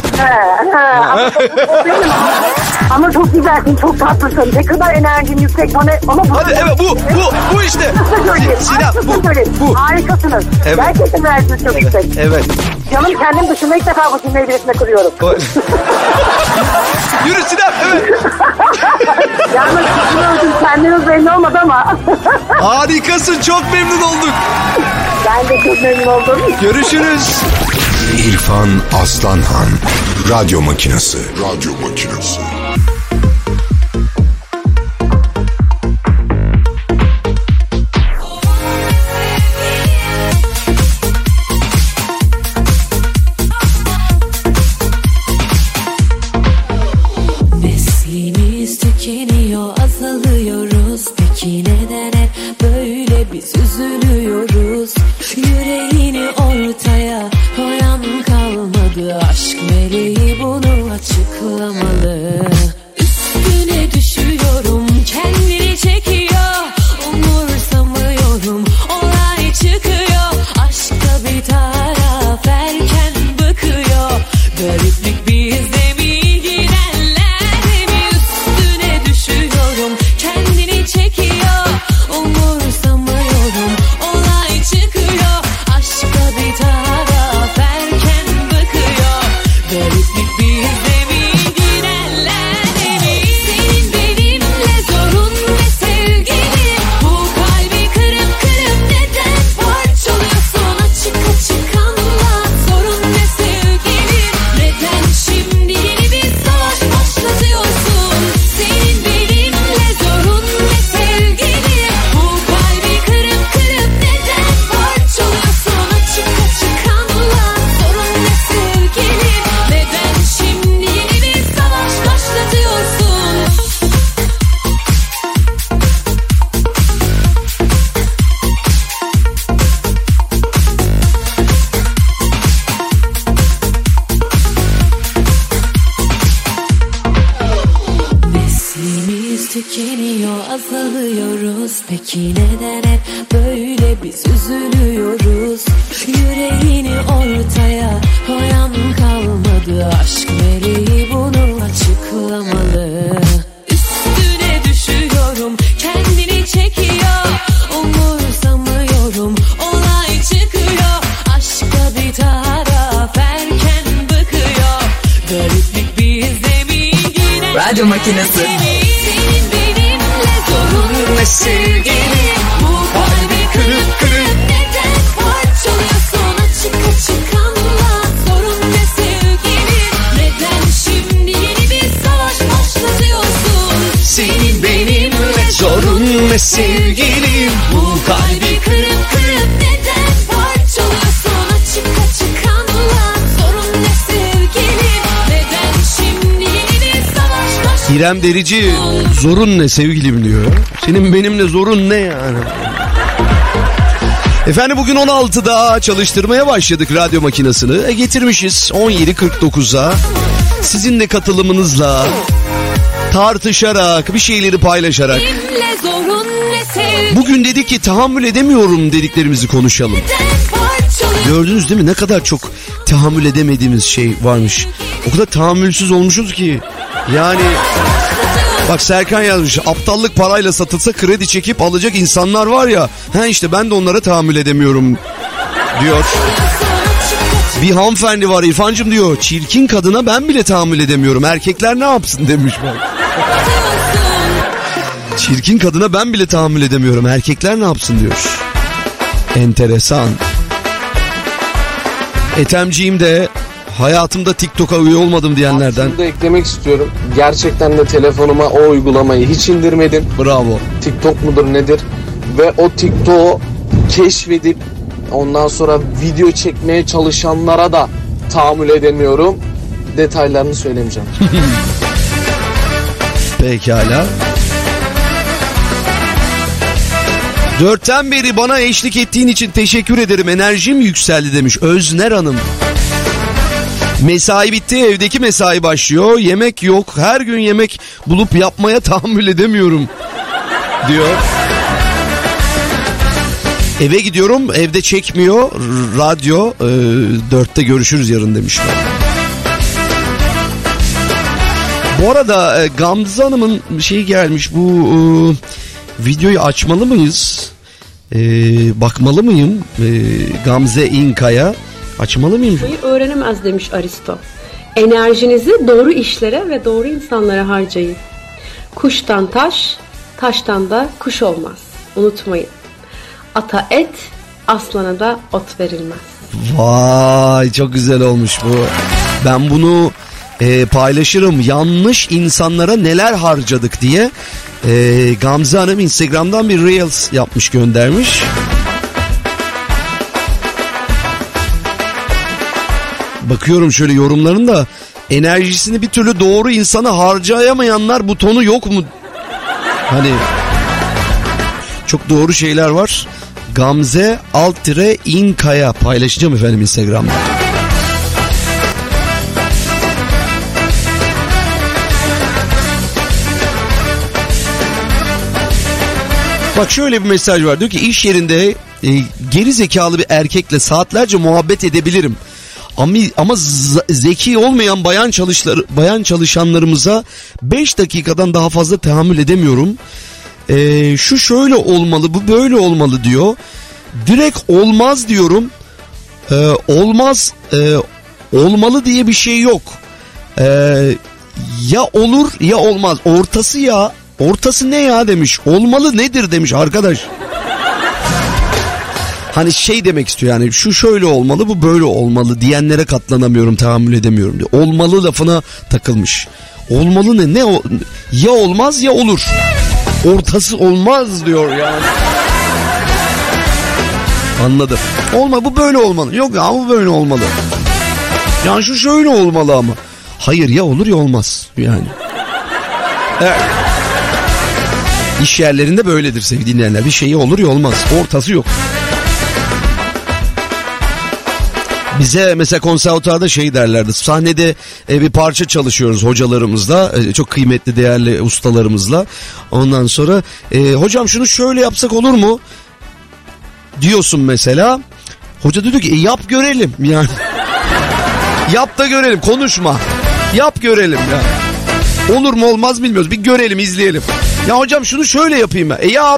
Ama çok güzelsin, çok tatlısın. Ne kadar enerjin yüksek bana. Ama hadi evet bu işte. Sinem bu. Harikasınız. Evet. Gerçekten enerjiniz çok yüksek. Evet. Canım kendim dışında ilk defa bu cümleyi birisine kuruyorum. Yürü Sinem, evet. Yalnız kendiniz belli olmadı ama. Harikasın, çok memnun olduk. Ben de çok memnun oldum. Görüşürüz. İrfan Aslanhan, Radyo Makinesi. Radyo Makinesi. Neslimiz tükeniyor, azalıyoruz. Peki neden hep böyle biz üzülüyoruz? Yüreğini ortaya koyan kalmadı. Aşk meleği bunu açıklamalı. Üstüne düşüyorum, kendini çekiyor. Umursamıyorum, olay çıkıyor. Aşkta bir taraf erken bıkıyor. Gariplik bizde mi, gidenler mi? Üstüne düşüyorum, kendini çekiyor. Umursamıyorum, olay çıkıyor. Aşkta bir taraf erken bıkıyor. Gariplik bizde mi, gidenler mi? Senin benimle zorun ve sevgili. Bu kalbi kırıp kırıp neden parçalıyorsun? Açık açık anlat, sorun ve sevgili. Neden şimdi yeni bir savaş başlatıyorsun? Senin benimle zorun ve sevgili. Bu kalbi kırıp kırıp neden parçalıyorsun? Açık açık anlat, sorun ve sevgili. Neden şimdi yeni bir savaş başlatıyorsun? Neslimiz tükeniyor, azalıyoruz. Peki neden hep böyle biz üzülüyoruz? Yüreğini ortaya koyan kalmadı. Aşk meleği bunu açıklamalı. Üstüne düşüyorum, kendini çekiyor. Umursamıyorum, olay çıkıyor. Aşkta bir taraf erken bıkıyor. Gariplik bizde mi, gidenler mi? Radyo Makinesi. Senin benimle zorun ve sevgili. Bu kalbi kırıp kırıp neden parçalıyorsun? Açık açık anlat, sorun ve sevgili. Neden şimdi yeni bir savaş başlatıyorsun? Senin benimle zorun ve sevgilim. Bu kalbi kırıp kırıp neden parçalıyorsun? Açık açık anlat, sorun ve sevgili. Neden şimdi yeni bir savaş başlatıyorsun? İrem Derici, zorun ne sevgilim diyor. Senin benimle zorun ne yani? Efendim bugün 16'da çalıştırmaya başladık radyo makinesini. Getirmişiz 17.49'a. Sizin de katılımınızla, tartışarak, bir şeyleri paylaşarak. Bugün dedik ki tahammül edemiyorum dediklerimizi konuşalım. Gördünüz değil mi ne kadar çok tahammül edemediğimiz şey varmış. O kadar tahammülsüz olmuşuz ki. Yani bak Serkan yazmış, aptallık parayla satılsa kredi çekip alacak insanlar var ya. İşte ben de onlara tahammül edemiyorum diyor. Bir hanımefendi var İrfancığım diyor, çirkin kadına ben bile tahammül edemiyorum. Erkekler ne yapsın demiş bak. Çirkin kadına ben bile tahammül edemiyorum. Erkekler ne yapsın diyor. Enteresan. Ethemciğim de hayatımda TikTok'a üye olmadım diyenlerden. Şunu da eklemek istiyorum. Gerçekten de telefonuma o uygulamayı hiç indirmedim. Bravo. TikTok mudur nedir? Ve o TikTok'u keşfedip ondan sonra video çekmeye çalışanlara da tahammül edemiyorum. Detaylarını söylemeyeceğim. Pekala. 4'ten beri bana eşlik ettiğin için teşekkür ederim. Enerjim yükseldi demiş Özner Hanım. Mesai bitti, evdeki mesai başlıyor. Yemek yok, her gün yemek bulup yapmaya tahammül edemiyorum diyor. Eve gidiyorum, evde çekmiyor radyo. 4'te görüşürüz yarın demişler. Bu arada Gamze Hanım'ın şeyi gelmiş, bu videoyu açmalı mıyız? Bakmalı mıyım? Gamze İnkaya açmalı mıyım? Öğrenemez demiş Aristo. Enerjinizi doğru işlere ve doğru insanlara harcayın. Kuştan taş, taştan da kuş olmaz. Unutmayın. Ata et, aslana da ot verilmez. Vay, çok güzel olmuş bu. Ben bunu paylaşırım. Yanlış insanlara neler harcadık diye. Gamze Hanım Instagram'dan bir Reels yapmış, göndermiş. Bakıyorum şöyle yorumların da, enerjisini bir türlü doğru insana harcayamayanlar butonu yok mu? Hani çok doğru şeyler var. Gamze _İnkaya paylaşacağım efendim Instagram'da. Bak şöyle bir mesaj var, diyor ki iş yerinde geri zekalı bir erkekle saatlerce muhabbet edebilirim. Ama zeki olmayan bayan çalışanlarımıza 5 dakikadan daha fazla tahammül edemiyorum. Şu şöyle olmalı, bu böyle olmalı diyor. Direkt olmaz diyorum. Olmaz, olmalı diye bir şey yok. Ya olur ya olmaz. Ortası ya. Ortası ne ya demiş. Olmalı nedir demiş arkadaş. Hani şey demek istiyor yani, şu şöyle olmalı, bu böyle olmalı diyenlere katlanamıyorum, tahammül edemiyorum diyor. Olmalı lafına takılmış. Olmalı ne ya olmaz ya olur. Ortası olmaz diyor yani. Anladım. Bu böyle olmalı. Yok ya, bu böyle olmalı. Yani şu şöyle olmalı ama. Hayır, ya olur ya olmaz yani. Evet. İş yerlerinde böyledir sevgili dinleyenler. Bir şey olur ya olmaz. Ortası yok. Bize mesela konservatuarda şey derlerdi. Sahnede bir parça çalışıyoruz hocalarımızla. Çok kıymetli, değerli ustalarımızla. Ondan sonra hocam şunu şöyle yapsak olur mu? Diyorsun mesela. Hoca diyor ki yap görelim yani. Yap da görelim, konuşma. Yap görelim ya. Olur mu olmaz bilmiyoruz. Bir görelim, izleyelim. Ya hocam şunu şöyle yapayım ben. Yap.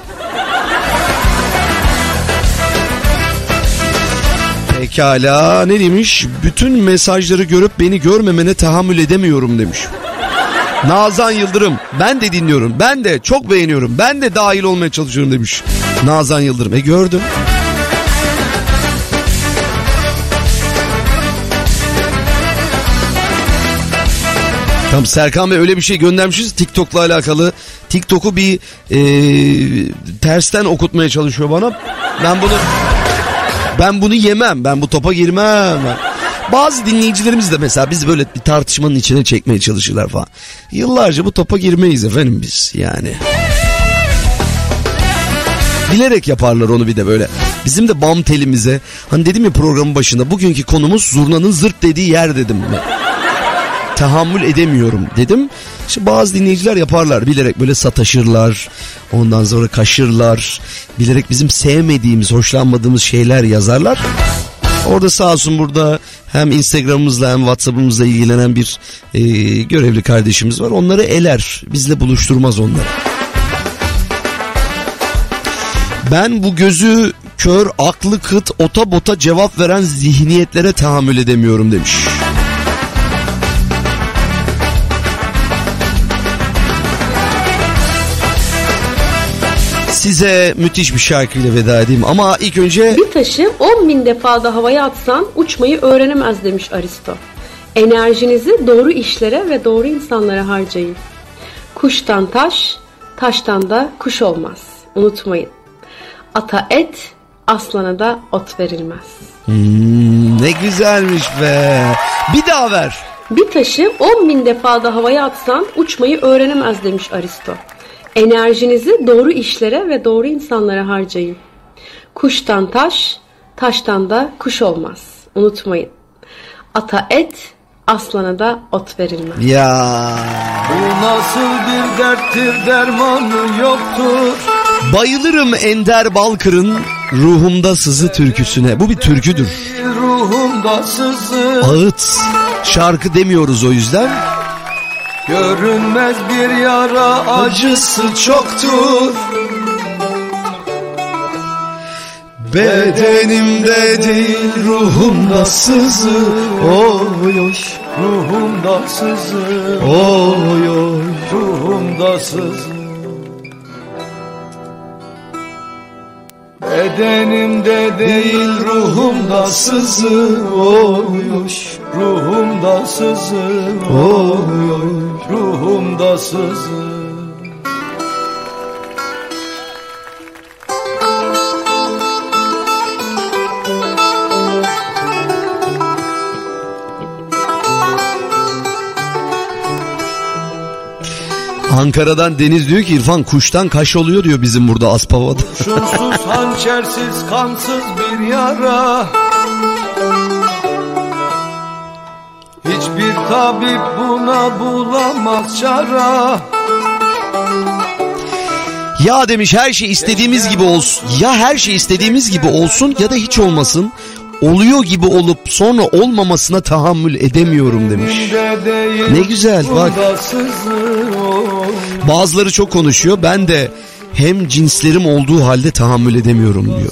Pekala, ne demiş? Bütün mesajları görüp beni görmemene tahammül edemiyorum demiş. Nazan Yıldırım, ben de dinliyorum, ben de çok beğeniyorum, ben de dahil olmaya çalışıyorum demiş Nazan Yıldırım. Gördüm. Tam Serkan Bey öyle bir şey göndermişiz TikTok'la alakalı. TikTok'u bir tersten okutmaya çalışıyor bana. Ben bunu yemem. Ben bu topa girmem. Bazı dinleyicilerimiz de mesela biz böyle bir tartışmanın içine çekmeye çalışırlar falan. Yıllarca bu topa girmeyiz efendim biz yani. Bilerek yaparlar onu bir de böyle. Bizim de bam telimize. Hani dedim ya programın başında, bugünkü konumuz zurnanın zırt dediği yer dedim. Tahammül edemiyorum dedim. İşte bazı dinleyiciler yaparlar. Bilerek böyle sataşırlar. Ondan sonra kaşırlar. Bilerek bizim sevmediğimiz, hoşlanmadığımız şeyler yazarlar. Orada sağ olsun burada hem Instagram'ımızla hem WhatsApp'ımızla ilgilenen bir görevli kardeşimiz var. Onları eler. Bizle buluşturmaz onları. Ben bu gözü kör, aklı kıt, ota bota cevap veren zihniyetlere tahammül edemiyorum demiş. Size müthiş bir şarkıyla veda edeyim ama ilk önce... Bir taşı 10.000 defa da havaya atsan uçmayı öğrenemez demiş Aristo. Enerjinizi doğru işlere ve doğru insanlara harcayın. Kuştan taş, taştan da kuş olmaz. Unutmayın. Ata et, aslana da ot verilmez. Ne güzelmiş be. Bir daha ver. Bir taşı 10.000 defa da havaya atsan uçmayı öğrenemez demiş Aristo. Enerjinizi doğru işlere ve doğru insanlara harcayın. Kuştan taş, taştan da kuş olmaz. Unutmayın. Ata et, aslana da ot verilmez. Ya. Bu nasıl bir derttir, dermanı yoktur. Bayılırım Ender Balkır'ın Ruhumda Sızı türküsüne. Bu bir türküdür. Ruhumda sızı. Ağıt. Şarkı demiyoruz o yüzden. Görünmez bir yara, acısı çoktur. Bedenimde değil, ruhumda sızı. Oy oy. Ruhumda sızı. Oy oy. Ruhumda sızı. Bedenimde değil, ruhumda sızı. Oy oy. Ruhumda sızı. Oy oy. Ruhumda sızı. Ankara'dan Deniz diyor ki İrfan kuştan kaş oluyor diyor bizim burada Aspava'da. Kurşunsuz, hançersiz, kansız bir yara. Hiçbir tabip buna bulamaz çara. Ya demiş her şey istediğimiz gibi olsun. Ya her şey istediğimiz gibi olsun ya da hiç olmasın. Oluyor gibi olup sonra olmamasına tahammül edemiyorum demiş. Ne güzel bak. Bazıları çok konuşuyor. Ben de hem cinslerim olduğu halde tahammül edemiyorum diyor.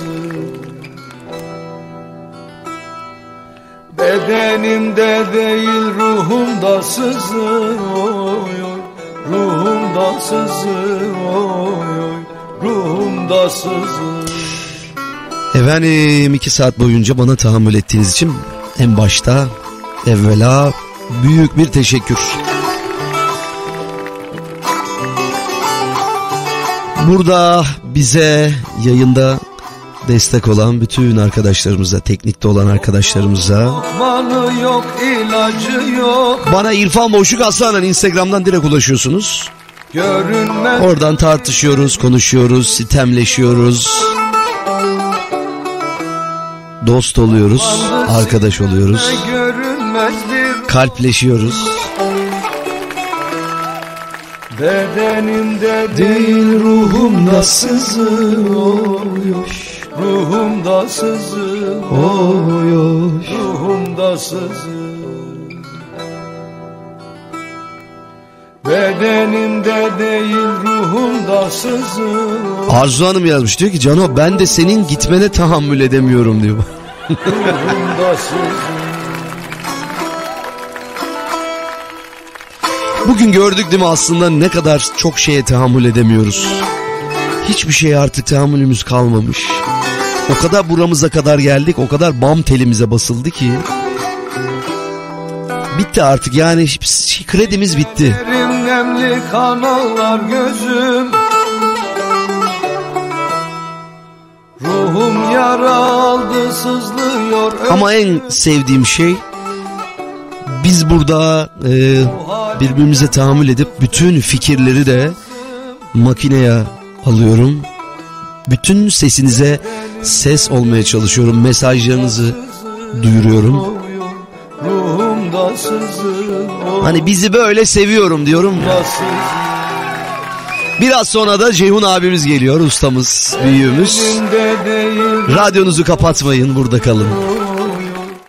Bedenimde değil, ruhumda sızı. Oy oy. Ruhumda sızı. Oy oy. Ruhumda sızı. Efendim 2 saat boyunca bana tahammül ettiğiniz için en başta evvela büyük bir teşekkür. Burada bize yayında destek olan bütün arkadaşlarımıza, teknikte olan arkadaşlarımıza, yok, ilacı yok. Bana İrfan Boşluk Aslan'dan Instagram'dan direkt ulaşıyorsunuz. Görünmez. Oradan tartışıyoruz, konuşuyoruz, sitemleşiyoruz. Dost oluyoruz, arkadaş oluyoruz, kalpleşiyoruz. Bedenimde değil, ruhumda sızı. Oy oy. Ruhumda sızı. Oy oy. Ruhumda sızı. Bedenimde değil, ruhumda sızı. Arzu Hanım yazmış, diyor ki Cano ben de senin gitmene tahammül edemiyorum diyor. Ruhumda sızı. Bugün gördük değil mi aslında ne kadar çok şeye tahammül edemiyoruz. Hiçbir şeye artık tahammülümüz kalmamış. O kadar buramıza kadar geldik, o kadar bam telimize basıldı ki. Bitti artık yani kredimiz bitti. Nemli kanallar gözüm. Ruhum yara aldı, sızlıyor. Ama en sevdiğim şey biz burada birbirimize tahammül edip bütün fikirleri de makineye alıyorum. Bütün sesinize ses olmaya çalışıyorum. Mesajlarınızı duyuruyorum. Hani bizi böyle seviyorum diyorum. Biraz sonra da Ceyhun abimiz geliyor, ustamız, büyüğümüz. Radyonuzu kapatmayın, burada kalın.